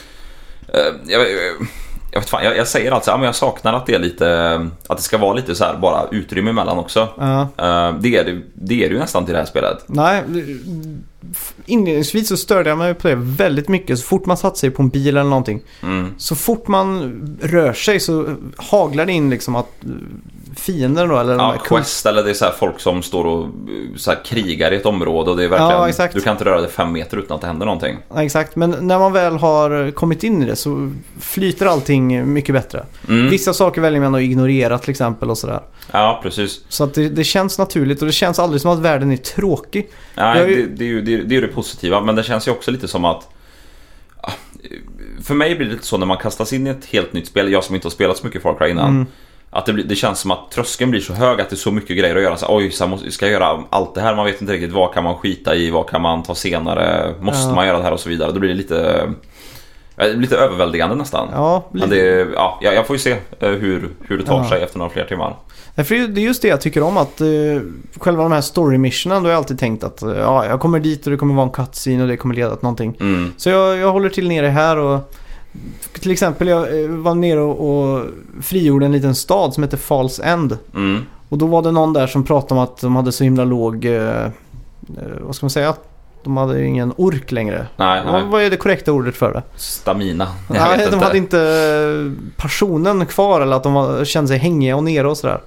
jag säger alltså men jag saknar att det är lite att det ska vara lite så här bara utrymme emellan också. Det är det ju nästan till det här spelet. Nej, inledningsvis så störde jag mig på det väldigt mycket. Så fort man satt sig på en bil eller någonting, så fort man rör sig så haglar det in liksom att fiender då, eller quest eller det är så här folk som står och så här krigar i ett område och det är verkligen du kan inte röra dig 5 meter utan att det händer någonting. Ja, exakt, men när man väl har kommit in i det så flyter allting mycket bättre. Vissa saker väljer man att ignorera till exempel och sådär. Ja, precis. Så att det känns naturligt och det känns aldrig som att världen är tråkig. Nej, det är ju det positiva, men det känns ju också lite som att för mig blir det lite så när man kastas in i ett helt nytt spel, jag som inte har spelat så mycket Far Cry innan, att det känns som att tröskeln blir så hög att det är så mycket grejer att göra. Så ska jag göra allt det här? Man vet inte riktigt vad kan man skita i, vad kan man ta senare, måste man göra det här och så vidare. Då blir det lite överväldigande nästan. Men jag får ju se hur det tar sig efter några fler timmar. För det är just det jag tycker om, att själva de här story missionen, då har jag alltid tänkt att jag kommer dit och det kommer vara en cutscene och det kommer leda till någonting. Så jag håller till nere här och till exempel jag var nere och frigjorde en liten stad som heter Falls End. Och då var det någon där som pratade om att de hade så himla låg vad ska man säga? De hade ingen ork längre. Nej. Vad är det korrekta ordet för det? Stamina. Nej, de hade inte passionen kvar, eller att de kände sig hängiga och nere och sådär.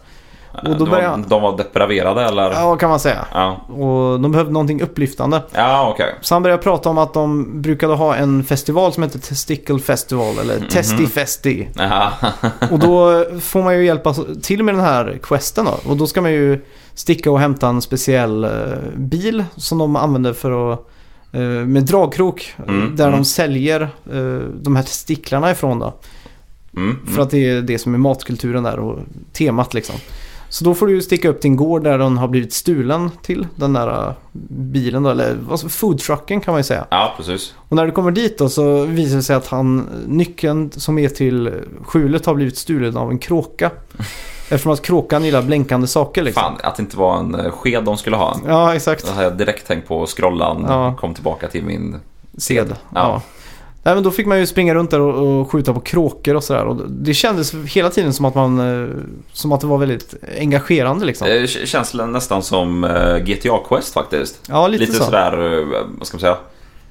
Och då de var depraverade eller? Ja, kan man säga. Ja. Och de behövde någonting upplyftande. Ja, okej. Så han började prata om att de brukade ha en festival som heter Testicle Festival eller Testy Festi. Ja. Och då får man ju hjälpa till med den här questen då. Och då ska man ju sticka och hämta en speciell bil som de använder för att med dragkrok där de säljer de här testiklarna ifrån då. För att det är det som är matkulturen där och temat liksom. Så då får du sticka upp till en gård där den har blivit stulen till den där bilen då, eller foodtrucken kan man ju säga. Ja, precis. Och när du kommer dit då så visar det sig att nyckeln som är till skjulet har blivit stulen av en kråka. Eftersom att kråkan gillar blänkande saker liksom. Fan, att det inte var en sked de skulle ha. Ja, exakt. Det har jag direkt tänkt på scrollan, kom tillbaka till min sed. Ja. Nej, men då fick man ju springa runt där och skjuta på kråkor och sådär. Och det kändes hela tiden som att det var väldigt engagerande liksom. Det känns nästan som GTA-quest faktiskt. Ja, lite så. Sådär, vad ska man säga,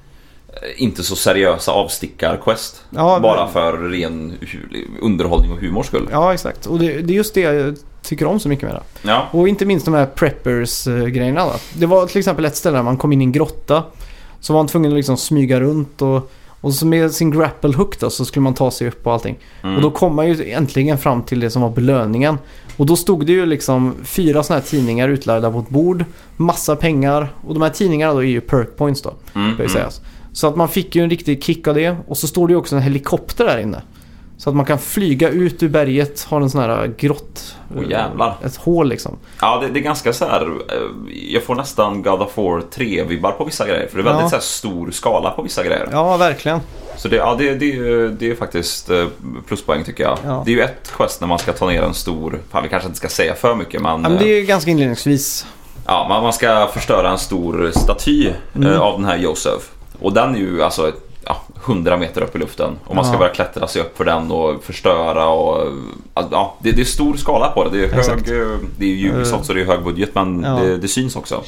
inte så seriösa avstickar-quest. Ja, bara för ren underhållning och humors skull. Ja, exakt. Och det är just det jag tycker om så mycket med det. Ja. Och inte minst de här preppers-grejerna då. Det var till exempel ett ställe där man kom in i en grotta. Så var man tvungen att liksom smyga runt och så med sin grapple hook då, så skulle man ta sig upp och allting. Och då kom man ju äntligen fram till det som var belöningen. Och då stod det ju liksom 4 såna här tidningar utlagda på ett bord. Massa pengar. Och de här tidningarna då är ju perk points då. Sägas. Så att man fick ju en riktig kick av det. Och så står det ju också en helikopter där inne. Så att man kan flyga ut ur berget. Har en sån här grott. Jävlar. Ett hål liksom. Ja, det är ganska så här. Jag får nästan God of War 3-vibbar på vissa grejer. För det är väldigt så här stor skala på vissa grejer. Ja, verkligen. Så det är faktiskt pluspoäng tycker jag. Ja. Det är ju ett quest när man ska ta ner en stor. Fan, vi kanske inte ska säga för mycket. Men det är ganska inledningsvis. Ja, man ska förstöra en stor staty av den här Joseph. Och den är ju alltså 100 meter upp i luften. Och man ska börja klättra sig upp för den och förstöra. Och, det är stor skala på det. Det är det är ju Ubisoft så det är hög budget. Men det syns också.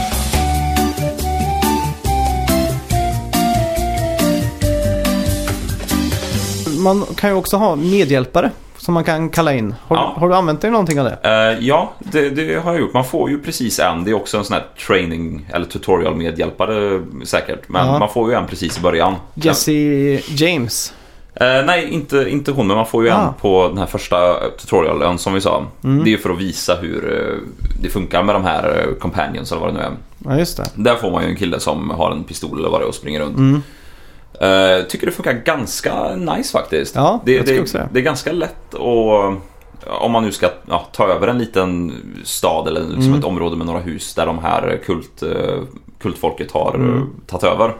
Man kan ju också ha medhjälpare som man kan kalla in. Har du använt dig någonting av det? Ja, det har jag gjort. Man får ju precis en. Det är också en sån här training eller tutorial medhjälpare säkert. Men man får ju en precis i början. Jesse James? Nej, inte hon. Men man får ju en på den här första tutorialen som vi sa. Det är ju för att visa hur det funkar med de här companions eller vad det nu är. Ja, just det. Där får man ju en kille som har en pistol eller vad det är och springer runt. Tycker det funkar ganska nice faktiskt. Ja, det är ganska lätt och om man nu ska ta över en liten stad eller liksom ett område med några hus där de här kultfolket har tagit över,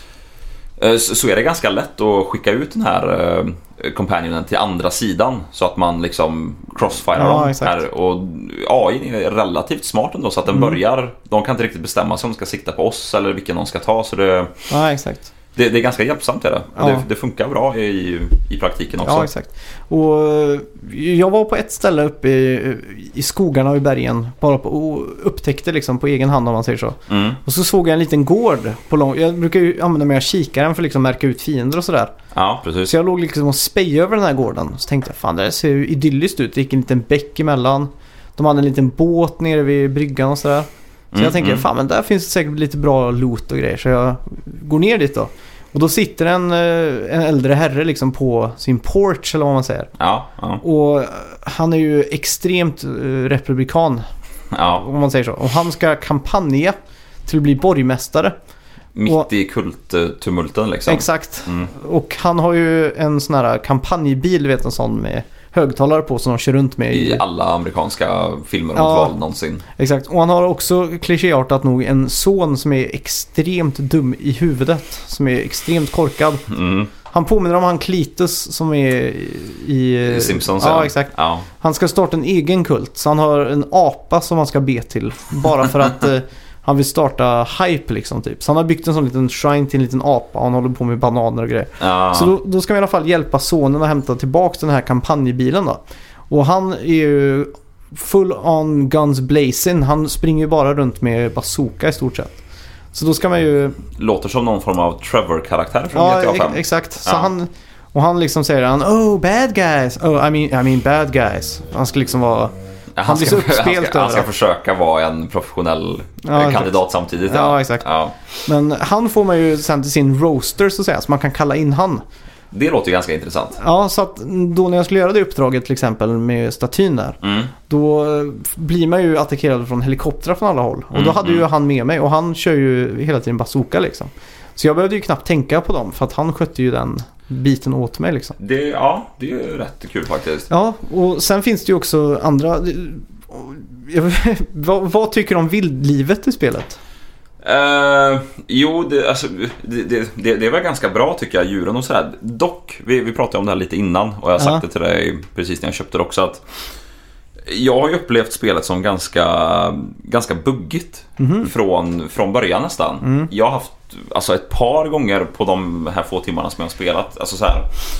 så är det ganska lätt att skicka ut den här companionen till andra sidan så att man liksom crossfirar dem här. Och AI är relativt smart ändå så att den börjar, de kan inte riktigt bestämma sig om de ska sikta på oss eller vilken de ska ta, så det exakt. Det är ganska hjälpsamt det. Det funkar bra i praktiken också. Ja, exakt. Och jag var på ett ställe uppe i skogarna och i bergen och upptäckte liksom på egen hand om man säger så. Och så såg jag en liten gård på jag brukar ju använda mig av kikaren för att liksom märka ut fiender och sådär. Ja, precis. Så jag låg liksom och spejade över den här gården. Så tänkte jag, fan det ser ju idylliskt ut. Det gick en liten bäck emellan. De hade en liten båt nere vid bryggan och sådär. Så jag tänker, fan men där finns det säkert lite bra loot och grejer. Så jag går ner dit då. Och då sitter en äldre herre liksom på sin porch eller vad man säger. Ja. Och han är ju extremt republikan. Ja. Om man säger så. Och han ska kampanja till att bli borgmästare. Mitt i kulttumulten liksom. Exakt. Och han har ju en sån här kampanjbil, vet en sån med högtalare på som de kör runt med i alla amerikanska filmer om val någonsin. Exakt. Och han har också klichéartat nog en son som är extremt dum i huvudet, som är extremt korkad. Han påminner om han Cletus som är i Simpsons. Ja, exakt. Ja. Han ska starta en egen kult, så han har en apa som han ska be till bara för att han vill starta hype liksom typ. Så han har byggt en sån liten shrine till en liten apa och han håller på med bananer och grejer. Ja. Så då ska vi i alla fall hjälpa sonen att hämta tillbaka den här kampanjbilen då. Och han är ju full on guns blazing. Han springer ju bara runt med bazooka i stort sett. Så då ska man ju... Låter som någon form av Trevor-karaktär från GTA 5. Exakt. Så han liksom säger oh bad guys. Oh I mean bad guys. Han ska liksom vara Han blir så uppspelt han ska försöka vara en professionell kandidat samtidigt. Ja, exakt. Ja. Men han får man ju sen till sin roaster så att säga, så man kan kalla in han. Det låter ju ganska intressant. Ja, så att då när jag skulle göra det uppdraget till exempel med statyn där, då blir man ju attackerad från helikoptrar från alla håll. Och då hade ju han med mig och han kör ju hela tiden bazooka liksom. Så jag behövde ju knappt tänka på dem för att han skötte ju den biten åt mig liksom. Det är ju rätt kul faktiskt. Ja, och sen finns det ju också andra... vad tycker du om vildlivet i spelet? Jo, det är väl ganska bra tycker jag, djuren och sådär. Dock, vi pratade om det här lite innan och jag har sagt det till dig precis när jag köpte det också, att jag har ju upplevt spelet som ganska buggigt från början nästan. Jag har haft alltså ett par gånger på de här få timmarna som jag har spelat, alltså så här.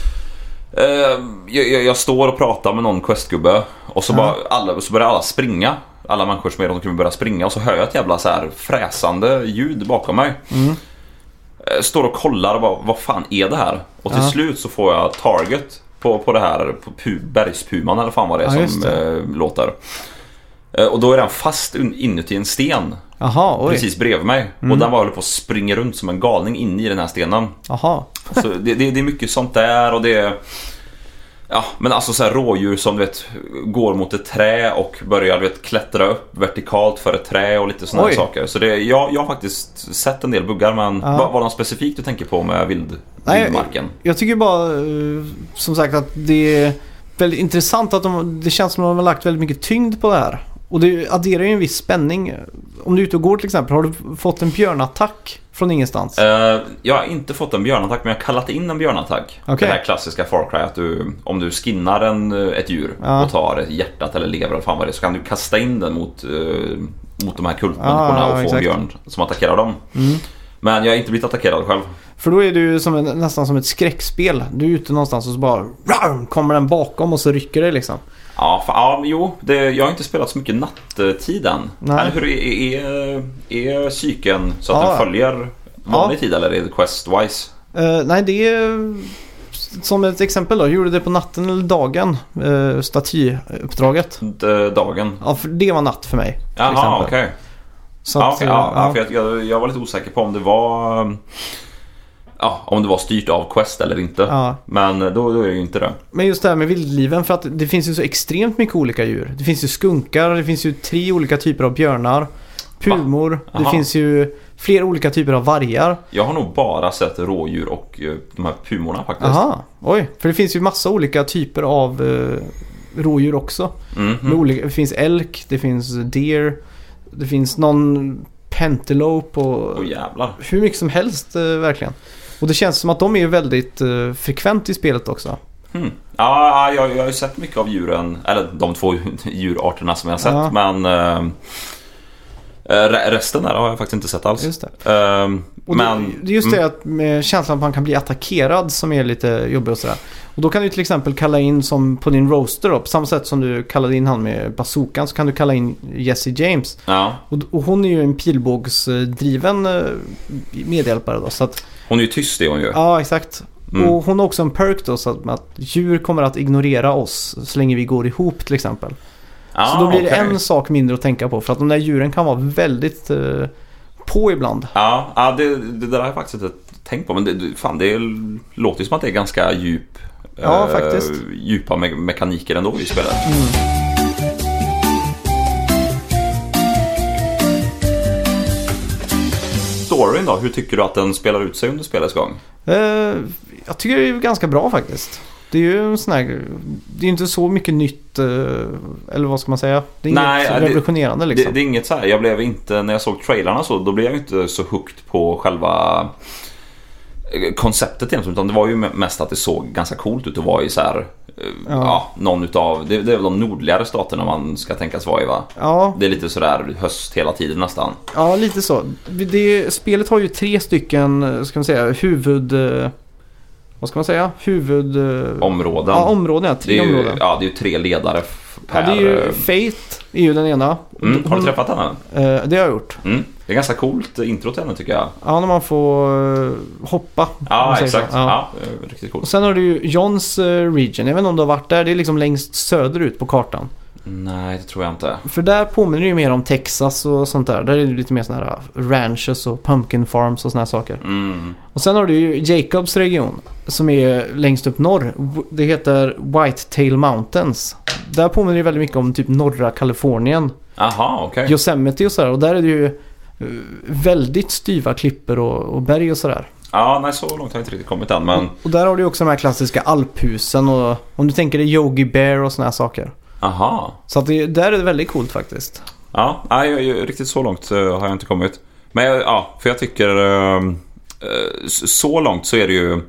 Jag står och pratar med någon questgubbe och så börjar alla springa. Alla människor som är runt omkring börjar springa och så hör jag ett jävla så här fräsande ljud bakom mig. Står och kollar vad fan är det här? Och till slut så får jag target på det här på bergspuman eller fan vad det är som låter. Och då är den fast inuti en sten. Aha, precis bredvid mig. Och den håller på att springa runt som en galning in i den här stenen. Aha. Så det är mycket sånt där och det är... Ja, men alltså så här rådjur som du vet går mot ett trä och börjar klättra upp vertikalt för ett trä och lite såna här saker. Så jag har faktiskt sett en del buggar, men vad något specifikt du tänker på med vildmarken? Jag tycker bara som sagt att det är väldigt intressant att det känns som att de har lagt väldigt mycket tyngd på det här. Och det adderar ju en viss spänning. Om du är ute och går till exempel, har du fått en björnattack från ingenstans? Jag har inte fått en björnattack, men jag har kallat in en björnattack. Det här klassiska Far Cry, att om du skinnar ett djur och tar hjärtat eller lever eller fan vad det är, så kan du kasta in den mot de här kultmänniskorna och få en björn som attackerar dem. Men jag har inte blivit attackerad själv. För då är det ju nästan som ett skräckspel. Du är ute någonstans och så bara kommer den bakom och så rycker det liksom. Jag har inte spelat så mycket nattid än. Eller hur är cykeln så att den följer vanlig tid, eller är det quest-wise? Nej, det är som ett exempel då. Gjorde det på natten eller dagen, statyuppdraget? Dagen. Ja, för det var natt för mig. Jaha, okej. För jag var lite osäker på om det var... om det var styrt av quest eller inte. Men då är det ju inte det. Men just det här med vildliven, för att det finns ju så extremt mycket olika djur. Det finns ju skunkar, det finns ju 3 olika typer av björnar, pumor, det finns ju flera olika typer av vargar. Jag har nog bara sett rådjur och de här pumorna faktiskt. För det finns ju massa olika typer av rådjur också. Det finns elk, det finns deer, det finns någon pentelope och hur mycket som helst verkligen. Och det känns som att de är väldigt frekvent i spelet också. Ja, jag har ju sett mycket av djuren, eller de 2 djurarterna som jag har sett, men resten där har jag faktiskt inte sett alls. Just det. Men det är just det att med känslan att man kan bli attackerad som är lite jobbig och sådär. Och då kan du till exempel kalla in som på din roaster då, på samma sätt som du kallade in han med bazookan, så kan du kalla in Jesse James. Och hon är ju en pilbågsdriven medhjälpare då, så att hon är ju tyst, det hon gör. Ja, exakt. Och hon har också en perk då, så att djur kommer att ignorera oss så länge vi går ihop till exempel. Så då blir det en sak mindre att tänka på, för att de där djuren kan vara väldigt på ibland. Det där har jag faktiskt inte tänkt på, men det låter ju som att det är ganska djupa mekaniker ändå i spelet. Storyn då, hur tycker du att den spelar ut sig under spelets gång? Jag tycker det är ganska bra faktiskt. Det är ju en sån här, det är inte så mycket nytt, eller vad ska man säga? Det är inget revolutionerande liksom. Det är inget så här, jag blev inte, när jag såg trailerna så, då blev jag inte så hooked på själva konceptet egentligen, utan det var ju mest att det såg ganska coolt ut och var i så här, någon utav, det är väl de nordligare staterna man ska tänkas vara i, va? Ja. Det är lite sådär höst hela tiden nästan. Ja, lite så. Spelet har ju 3 stycken, ska man säga, huvudområden. Ja, områden, 3 områden. Ja, det är ju 3 ledare per... Ja, det är ju Fate är ju den ena. Har du träffat henne? Det har jag gjort. Det är ganska coolt intro till henne tycker jag. Ja, när man får hoppa. Ja, exakt. Ja, riktigt coolt. Och sen har du ju Johns region. Jag vet inte om du har varit där. Det är liksom längst söderut på kartan. Nej, det tror jag inte. För där påminner det ju mer om Texas och sånt där. Där är det lite mer såna här ranches och pumpkin farms och såna här saker. Och sen har du ju Jacobs region som är längst upp norr. Det heter Whitetail Mountains. Där påminner det väldigt mycket om typ norra Kalifornien. Aha, okej. Yosemite och sådär. Och där är det ju väldigt styva klipper och berg och sådär. Ja, nej, så långt har jag inte riktigt kommit än, men... Och där har du ju också de här klassiska alphusen och om du tänker dig Yogi Bear och såna här saker. Aha. Så att där är det väldigt coolt faktiskt. Ja, nej, riktigt så långt har jag inte kommit. Men ja, för jag tycker så långt så är det ju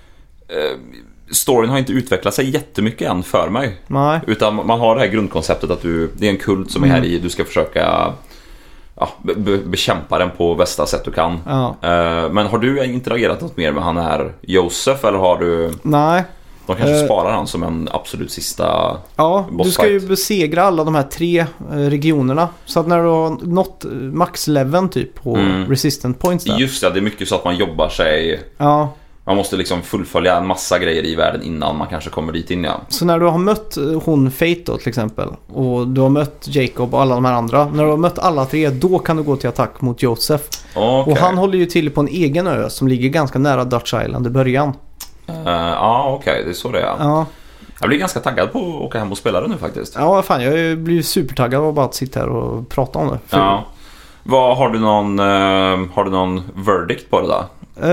storyn har inte utvecklat sig jättemycket än för mig. Nej. Utan man har det här grundkonceptet att det är en kult som är här i, du ska försöka bekämpa den på bästa sätt du kan. Ja. Men har du interagerat något mer med han här Joseph, eller har du... Nej. De kanske sparar han som en absolut sista bossfight. Du ska ju besegra alla de här 3 regionerna. Så att när du har nått maxleveln typ på resistant points där. Just det, det är mycket så att man jobbar sig... Ja. Man måste liksom fullfölja en massa grejer i världen innan man kanske kommer dit in, ja. Så när du har mött hon Fate då till exempel, och du har mött Jacob och alla de här andra, när du har mött alla 3, då kan du gå till attack mot Joseph. Okay. Och han håller ju till på en egen ö som ligger ganska nära Dutch Island i början. Okej, det är så det är. Ja. Jag blir ganska taggad på att åka hem och spela det nu faktiskt. Ja, fan, jag blir supertaggad av bara att sitta här och prata om det. Ja. Har du någon verdict på det då?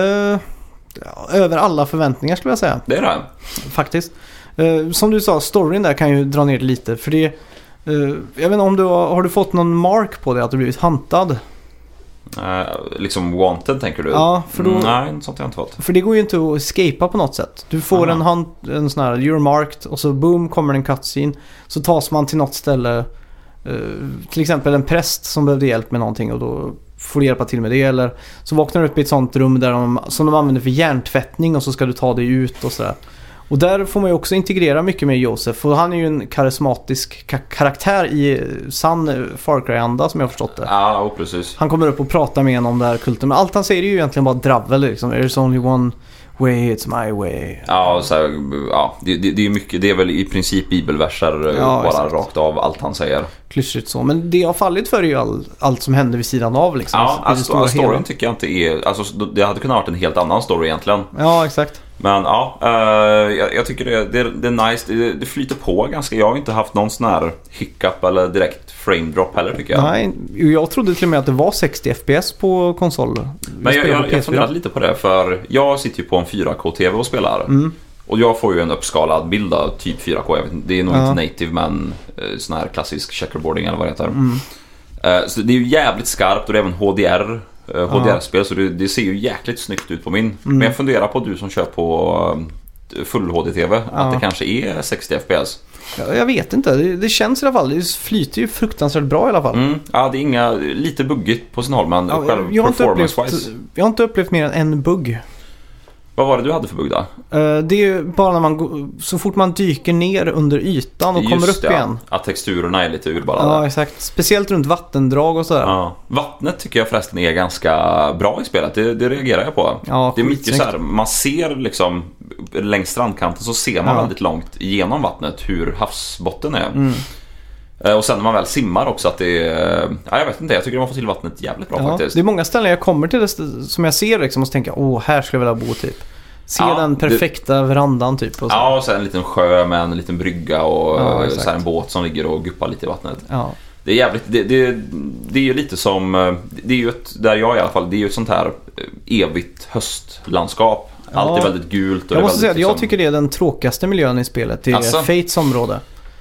Över alla förväntningar skulle jag säga. Det är det. Faktiskt. Som du sa, storyn där kan ju dra ner lite. För det, jag vet inte om har du fått någon mark på det att du blivit hantad? Liksom wanted tänker du? Ja, för då, nej, sånt har jag inte fått. För det går ju inte att escapa på något sätt. Du får en sån här, you're marked, och så boom kommer en cutscene. Så tas man till något ställe, till exempel en präst som behövde hjälp med någonting, och då får du hjälpa till med det. Eller så vaknar du upp i ett sånt rum där som de använder för hjärntvättning, och så ska du ta dig ut och sådär. Och där får man ju också integrera mycket med Joseph. Och han är ju en karismatisk karaktär i sann Far Cry-anda som jag har förstått det. Ja, precis. Han kommer upp och pratar med en om det här kulten. Men allt han säger är ju egentligen bara dravel liksom. There's only one way, it's my way. Ja, så här, det är mycket. Det är väl i princip bibelverser bara exakt. Rakt av allt han säger. Klyschigt så. Men det jag har fallit för är ju allt som händer vid sidan av liksom. Ja, alltså, storyn tycker jag inte är... Alltså, det hade kunnat vara en helt annan story egentligen. Ja, exakt. Men ja, jag tycker det är nice. Det flyter på ganska. Jag har inte haft någon sån här hiccup eller direkt frame drop heller, tycker jag. Nej, jag trodde till och med att det var 60 FPS på konsol. Men jag funderade lite på det, för jag sitter ju på en 4K-TV och spelar. Och jag får ju en uppskalad bild av typ 4K. Jag vet inte, det är nog inte native, men sån här klassisk checkerboarding eller vad det heter. Så det är ju jävligt skarpt, och det är även HDR-spel, så det ser ju jäkligt snyggt ut på min. Men jag funderar på, du som kör på full HD-TV, att det kanske är 60 FPS. Jag vet inte, det känns i alla fall. Det flyter ju fruktansvärt bra i alla fall. Ja, det är lite buggigt på sin håll, men jag har inte upplevt mer än en bugg. Vad var det du hade för bugg då? Det är ju bara när så fort man dyker ner under ytan och kommer upp igen. Att texturerna är lite ur bara. Ja, exakt. Speciellt runt vattendrag och sådär. Ja. Vattnet tycker jag förresten är ganska bra i spelet. Det reagerar jag på. Ja, det är mycket så här, man ser liksom längs strandkanten så ser man väldigt långt genom vattnet hur havsbotten är. Och sen när man väl simmar också, att det är... Ja, jag vet inte, jag tycker man får till vattnet jävligt bra faktiskt. Det är många ställen jag kommer till det, som jag ser liksom, och så tänker jag, här skulle jag vilja bo typ. Se den perfekta verandan typ. Och så. Ja, och sen en liten sjö med en liten brygga och så här en båt som ligger och guppar lite i vattnet. Ja. Det är jävligt, det är ju lite som, det är ju där jag i alla fall, det är ju ett sånt här evigt höstlandskap. Allt är väldigt gult. Och jag måste säga att jag tycker det är den tråkigaste miljön i spelet. Det är Fates område.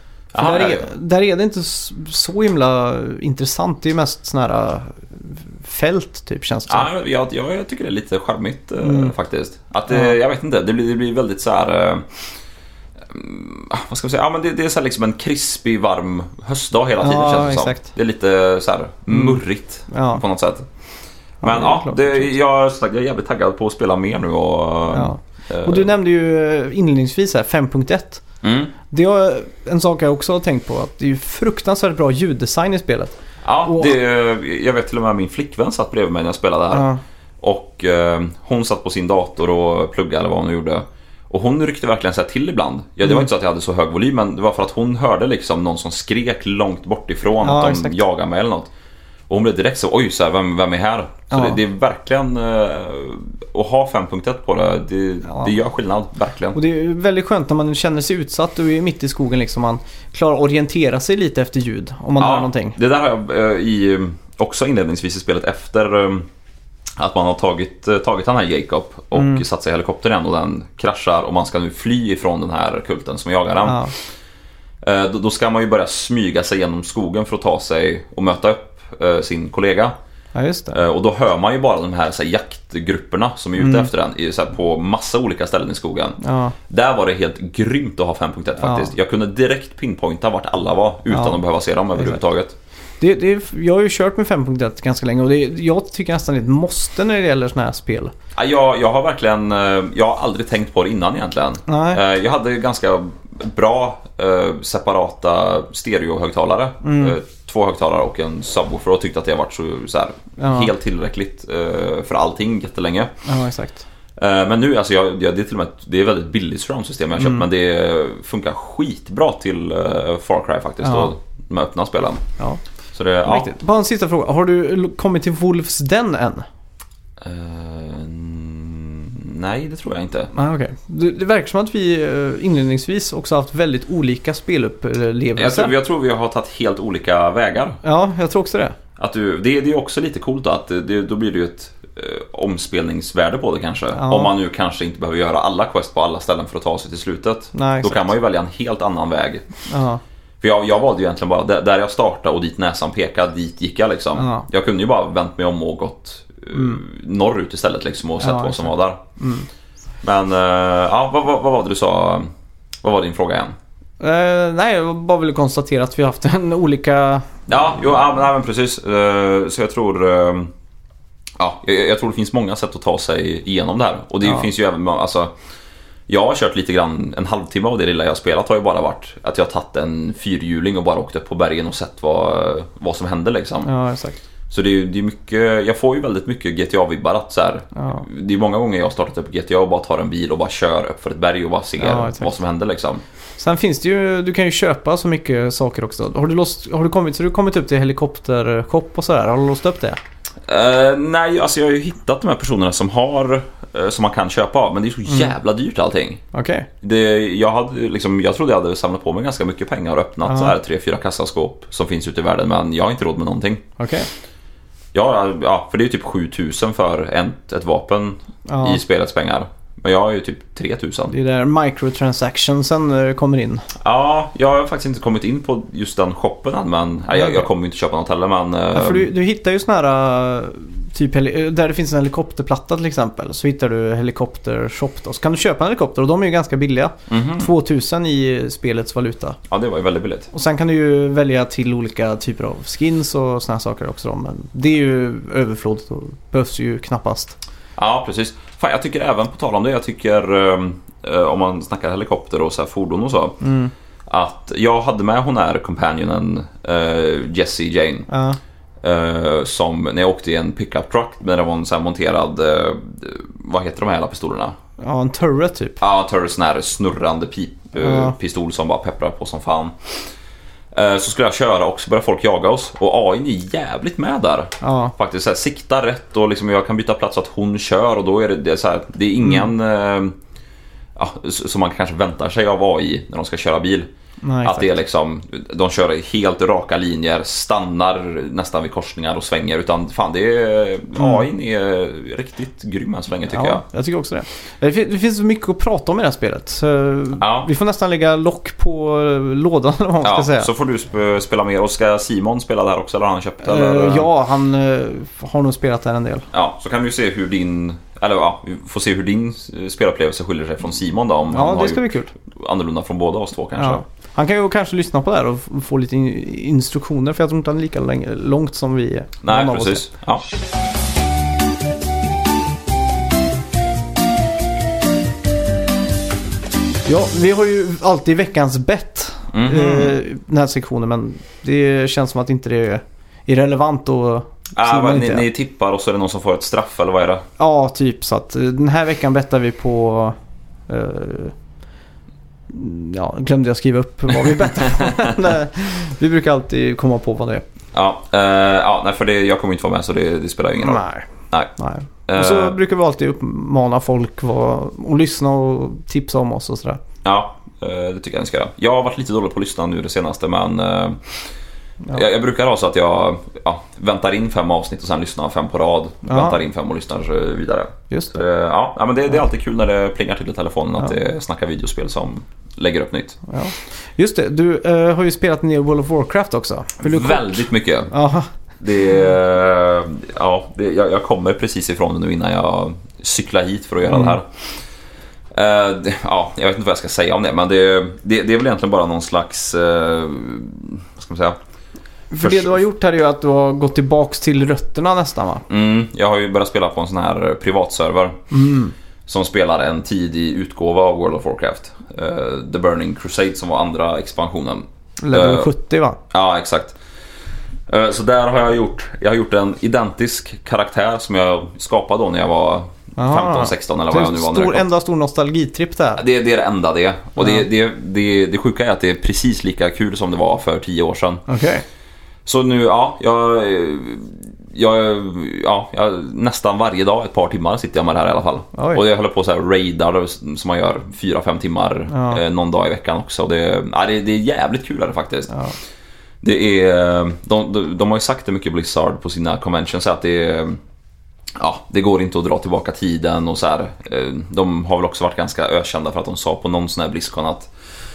Där är det inte så himla intressant. Det är mest såna här fält typ, känns det. Ja, jag tycker det är lite charmigt faktiskt. Att jag vet inte, det blir väldigt så här vad ska man säga? Ja, men det är så här liksom en krispig varm höstdag hela tiden, känns det som. Exakt. Det är lite så här murrigt på något sätt. Men jag är jävligt taggad på att spela mer nu och du nämnde ju inledningsvis här 5.1. Det är en sak jag också har tänkt på, att det är ju fruktansvärt bra ljuddesign i spelet. Ja, jag vet till och med min flickvän satt bredvid mig när jag spelade här. Och hon satt på sin dator och pluggade eller vad hon gjorde. Och hon ryckte verkligen så här till ibland. Ja, det var inte så att jag hade så hög volym, men det var för att hon hörde liksom någon som skrek långt bort ifrån att de exakt. jagade mig eller något. Och hon blev direkt så, oj, så här, vem är här? Så det är verkligen att ha 5.1 på det gör skillnad, verkligen. Och det är väldigt skönt när man känner sig utsatt och är mitt i skogen liksom, man klarar att orientera sig lite efter ljud om man hör någonting. Det där har jag också inledningsvis i spelet efter att man har tagit den här Jacob och satt sig i helikoptern igen och den kraschar och man ska nu fly ifrån den här kulten som jagar den. Då ska man ju börja smyga sig genom skogen för att ta sig och möta upp sin kollega. Ja, just det. Och då hör man ju bara de här, så här jaktgrupperna som är ute efter den så här, på massa olika ställen i skogen. Där var det helt grymt att ha 5.1 faktiskt. Jag kunde direkt pinpointa vart alla var utan att behöva se dem överhuvudtaget. Jag har ju kört med 5.1 ganska länge och jag tycker nästan det är ett måste när det gäller såna här spel. Jag har verkligen, jag har aldrig tänkt på det innan egentligen. Jag hade ganska bra separata stereohögtalare. 2 högtalare och en subwoofer och tyckte att det har varit så här, helt tillräckligt för allting jättelänge. Ja, exakt. Men nu, alltså det är till och med det är väldigt billigt surround-system jag har köpt, men det funkar skitbra till Far Cry faktiskt och de öppna spelen. Ja. Så det, bara en sista fråga. Har du kommit till Wolf's Den än? Nej, det tror jag inte. Okay. Det verkar som att vi inledningsvis också haft väldigt olika spelupplevelser. Jag tror vi har tagit helt olika vägar. Ja, jag tror också det. Det är också lite coolt att då blir det ju ett omspelningsvärde på det kanske. Om man nu kanske inte behöver göra alla quest på alla ställen för att ta sig till slutet. Nej, då kan man ju välja en helt annan väg. För jag valde ju egentligen bara där jag startade och dit näsan pekade, dit gick jag liksom. Jag kunde ju bara vänt mig om och gått norrut istället liksom och sett vad som var där. Men vad var det du sa? Vad var din fråga igen? Nej, jag bara ville konstatera att vi har haft en olika... men precis. Så jag tror... jag tror det finns många sätt att ta sig igenom det här. Och det finns ju även... Alltså, jag har kört lite grann, en halvtimme av det lilla jag spelat har ju bara varit att jag har tagit en fyrhjuling och bara åkt upp på bergen och sett vad som händer liksom. Ja, exakt. Så det är mycket, jag får ju väldigt mycket GTA-vibbar att så här, det är många gånger jag har startat upp GTA och bara tar en bil och bara kör upp för ett berg och bara ser vad som händer liksom. Sen finns det ju, du kan ju köpa så mycket saker också. Har du kommit upp till helikoptershop och sådär? Har du låst upp det? Nej, alltså jag har ju hittat de här personerna som man kan köpa av, men det är så jävla dyrt allting. Okej. Jag trodde jag hade samlat på mig ganska mycket pengar och öppnat så här 3-4 kassaskåp som finns ute i världen, men jag har inte råd med någonting. Okej. Ja, för det är typ 7000 för ett vapen i spelets pengar. Men jag har ju typ 3000. Det är där microtransactionsen kommer in. Ja, jag har faktiskt inte kommit in på just den shoppen än, men jag kommer inte köpa något heller, men... för du hittar ju såna här typ där det finns en helikopterplatta till exempel, så hittar du helikoptershop då. Så kan du köpa en helikopter och de är ju ganska billiga. 2000 i spelets valuta. Ja, det var ju väldigt billigt. Och sen kan du ju välja till olika typer av skins och såna här saker också då, men det är ju överflöd och behövs ju knappast. Ja, precis. Fan, jag tycker även på tal om det, jag tycker om man snackar helikopter och så här fordon och så, att jag hade med hon här companionen Jessie Jane som när jag åkte i en pickup truck med det var en så här monterad vad heter de här hela pistolerna? Ja, en turret typ. Ja, turret, sån här snurrande pistol som bara pepprar på som fan. Så skulle jag köra och så börjar folk jaga oss. Och AI:n är jävligt med där. Faktiskt så här, sikta rätt och liksom jag kan byta plats så att hon kör. Och då är det så här, det är ingen som man kanske väntar sig av AI när de ska köra bil. Nej, att det är liksom, de kör helt raka linjer, stannar nästan vid korsningar och svänger, utan fan det är AI:n är riktigt grym än så länge tycker jag. Jag tycker också det. Det finns så mycket att prata om i det här spelet. Så vi får nästan lägga lock på lådan eller vad man ska säga. Så får du spela mer. Och ska Simon spela där också eller har han köpt eller? Ja, han har nog spelat där en del. Ja, så kan vi se hur vi får se hur din spelupplevelse skiljer sig från Simon då, om det ska bli kul. Annorlunda från båda oss två kanske. Ja. Han kan ju kanske lyssna på det här och få lite instruktioner, för jag tror inte han är lika långt som vi är. Nej, precis. Ja. Ja, vi har ju alltid veckans bett den här sektionen, men det känns som att inte det är irrelevant och ni tippar och så är det någon som får ett straff eller vad är det? Ja, typ så att den här veckan bettar vi på Ja, glömde jag skriva upp vad vi är bättre på. Nej, vi brukar alltid komma på vad det är. Nej, för jag kommer inte vara med så det spelar ju ingen roll. Nej. Och så brukar vi alltid uppmana folk att lyssna och tipsa om oss och sådär. Ja, det tycker jag ni ska göra. Jag har varit lite dålig på att lyssna nu det senaste, men jag brukar ha så att jag väntar in 5 avsnitt och sen lyssnar 5 på rad. Väntar in 5 och lyssnar vidare. Just det. Så, men det är alltid kul när det plingar till i telefonen att det snackar videospel som lägger upp nytt. Ja. Just det, du har ju spelat ner World of Warcraft också. Väldigt mycket. Aha. Jag kommer precis ifrån det nu innan jag cyklar hit för att göra det här. Jag vet inte vad jag ska säga om det, men det är väl egentligen bara någon slags vad ska man säga? För det du har gjort här är ju att du har gått tillbaks till rötterna nästan, va? Jag har ju börjat spela på en sån här privatserver som spelar en tidig utgåva av World of Warcraft, The Burning Crusade, som var andra expansionen. Level 70, va? Ja, exakt. Så där har jag har gjort en identisk karaktär som jag skapade då när jag var 15-16 eller vad jag nu var. Enda stor nostalgitripp där. Det är det enda det. Och det sjuka är att det är precis lika kul som det var för 10 år sedan. Okej. Så nu, jag nästan varje dag, ett par timmar sitter jag med det här i alla fall. Oj. Och jag håller på så här raidar som man gör 4-5 timmar någon dag i veckan också. Det är jävligt kul det faktiskt. Ja. Det är, de har ju sagt det mycket, Blizzard, på sina conventions, att det går inte att dra tillbaka tiden och så här. De har väl också varit ganska ökända för att de sa på någon sån här BlizzCon att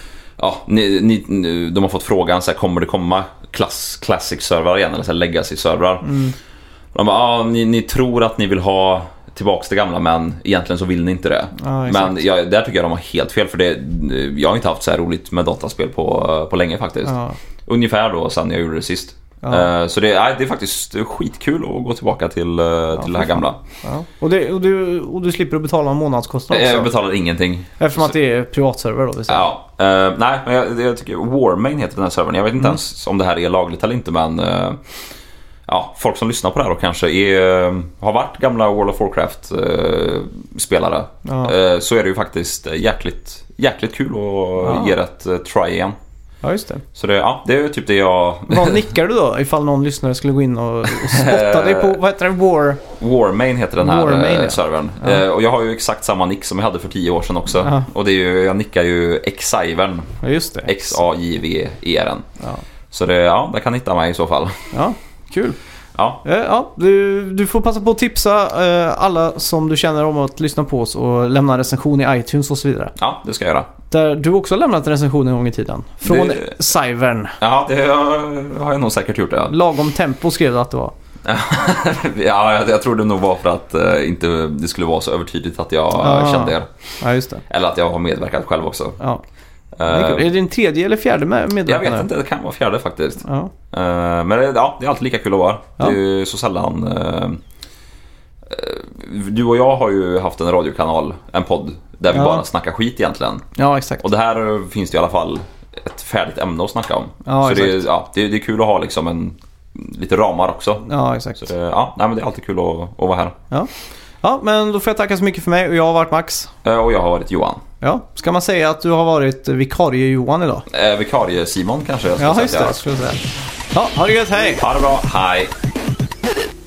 de har fått frågan så här, kommer det komma classic-servrar igen eller så här legacy-servrar? De bara, ni tror att ni vill ha tillbaka det gamla, men egentligen så vill ni inte det. Men där tycker jag de har helt fel, för jag har inte haft så här roligt med dataspel på länge faktiskt. Ungefär då sen jag gjorde det sist. Så det är faktiskt skitkul att gå tillbaka till det här gamla. Och du slipper att betala en månadskostnad också. Jag betalar ingenting. Eftersom att det är privatserver då. Nej, men jag tycker Warmain heter den här servern. Jag vet inte ens om det här är lagligt eller inte, men folk som lyssnar på det här och kanske har varit gamla World of Warcraft spelare, så är det ju faktiskt jäkligt kul att ge ett try igen. Ja, just det. Så det är typ det jag... Vad nickar du då ifall någon lyssnare skulle gå in och spotta dig på, vad heter det? Warmain heter den här servern. Och jag har ju exakt samma nick som jag hade för 10 år sedan också. Och det är ju, jag nickar ju Xivern. Ja, just det. Xavern. Så det kan hitta mig i så fall. Ja, kul. Du får passa på att tipsa alla som du känner om att lyssna på oss och lämna recension i iTunes och så vidare. Ja, det ska jag göra. Där du också har lämnat en recension en gång i tiden. Från Xivern. Ja, det har jag nog säkert gjort. Ja. Lagom tempo skrev du att det var. Jag tror det nog var för att inte det skulle vara så övertydligt att jag kände er. Ja, just det. Eller att jag har medverkat själv också. Ja. Är det din 3:e eller 4:e medverkan? Jag vet inte, det kan vara 4:e faktiskt. Men det är alltid lika kul att vara. Det är ju så sällan... Du och jag har ju haft en radiokanal, en podd, där vi bara snackar skit egentligen. Ja, exakt. Och det här finns det i alla fall ett färdigt ämne att snacka om. Ja, så det är kul att ha liksom lite ramar också. Ja, exakt. Så men det är alltid kul att vara här. Ja, men då får jag tacka så mycket för mig. Och jag har varit Max. Och jag har varit Johan. Ja, ska man säga att du har varit vikarie Johan idag? Vikarie Simon kanske. Ja, just det. Ja, ha det gött, hej! Ha det bra, hej!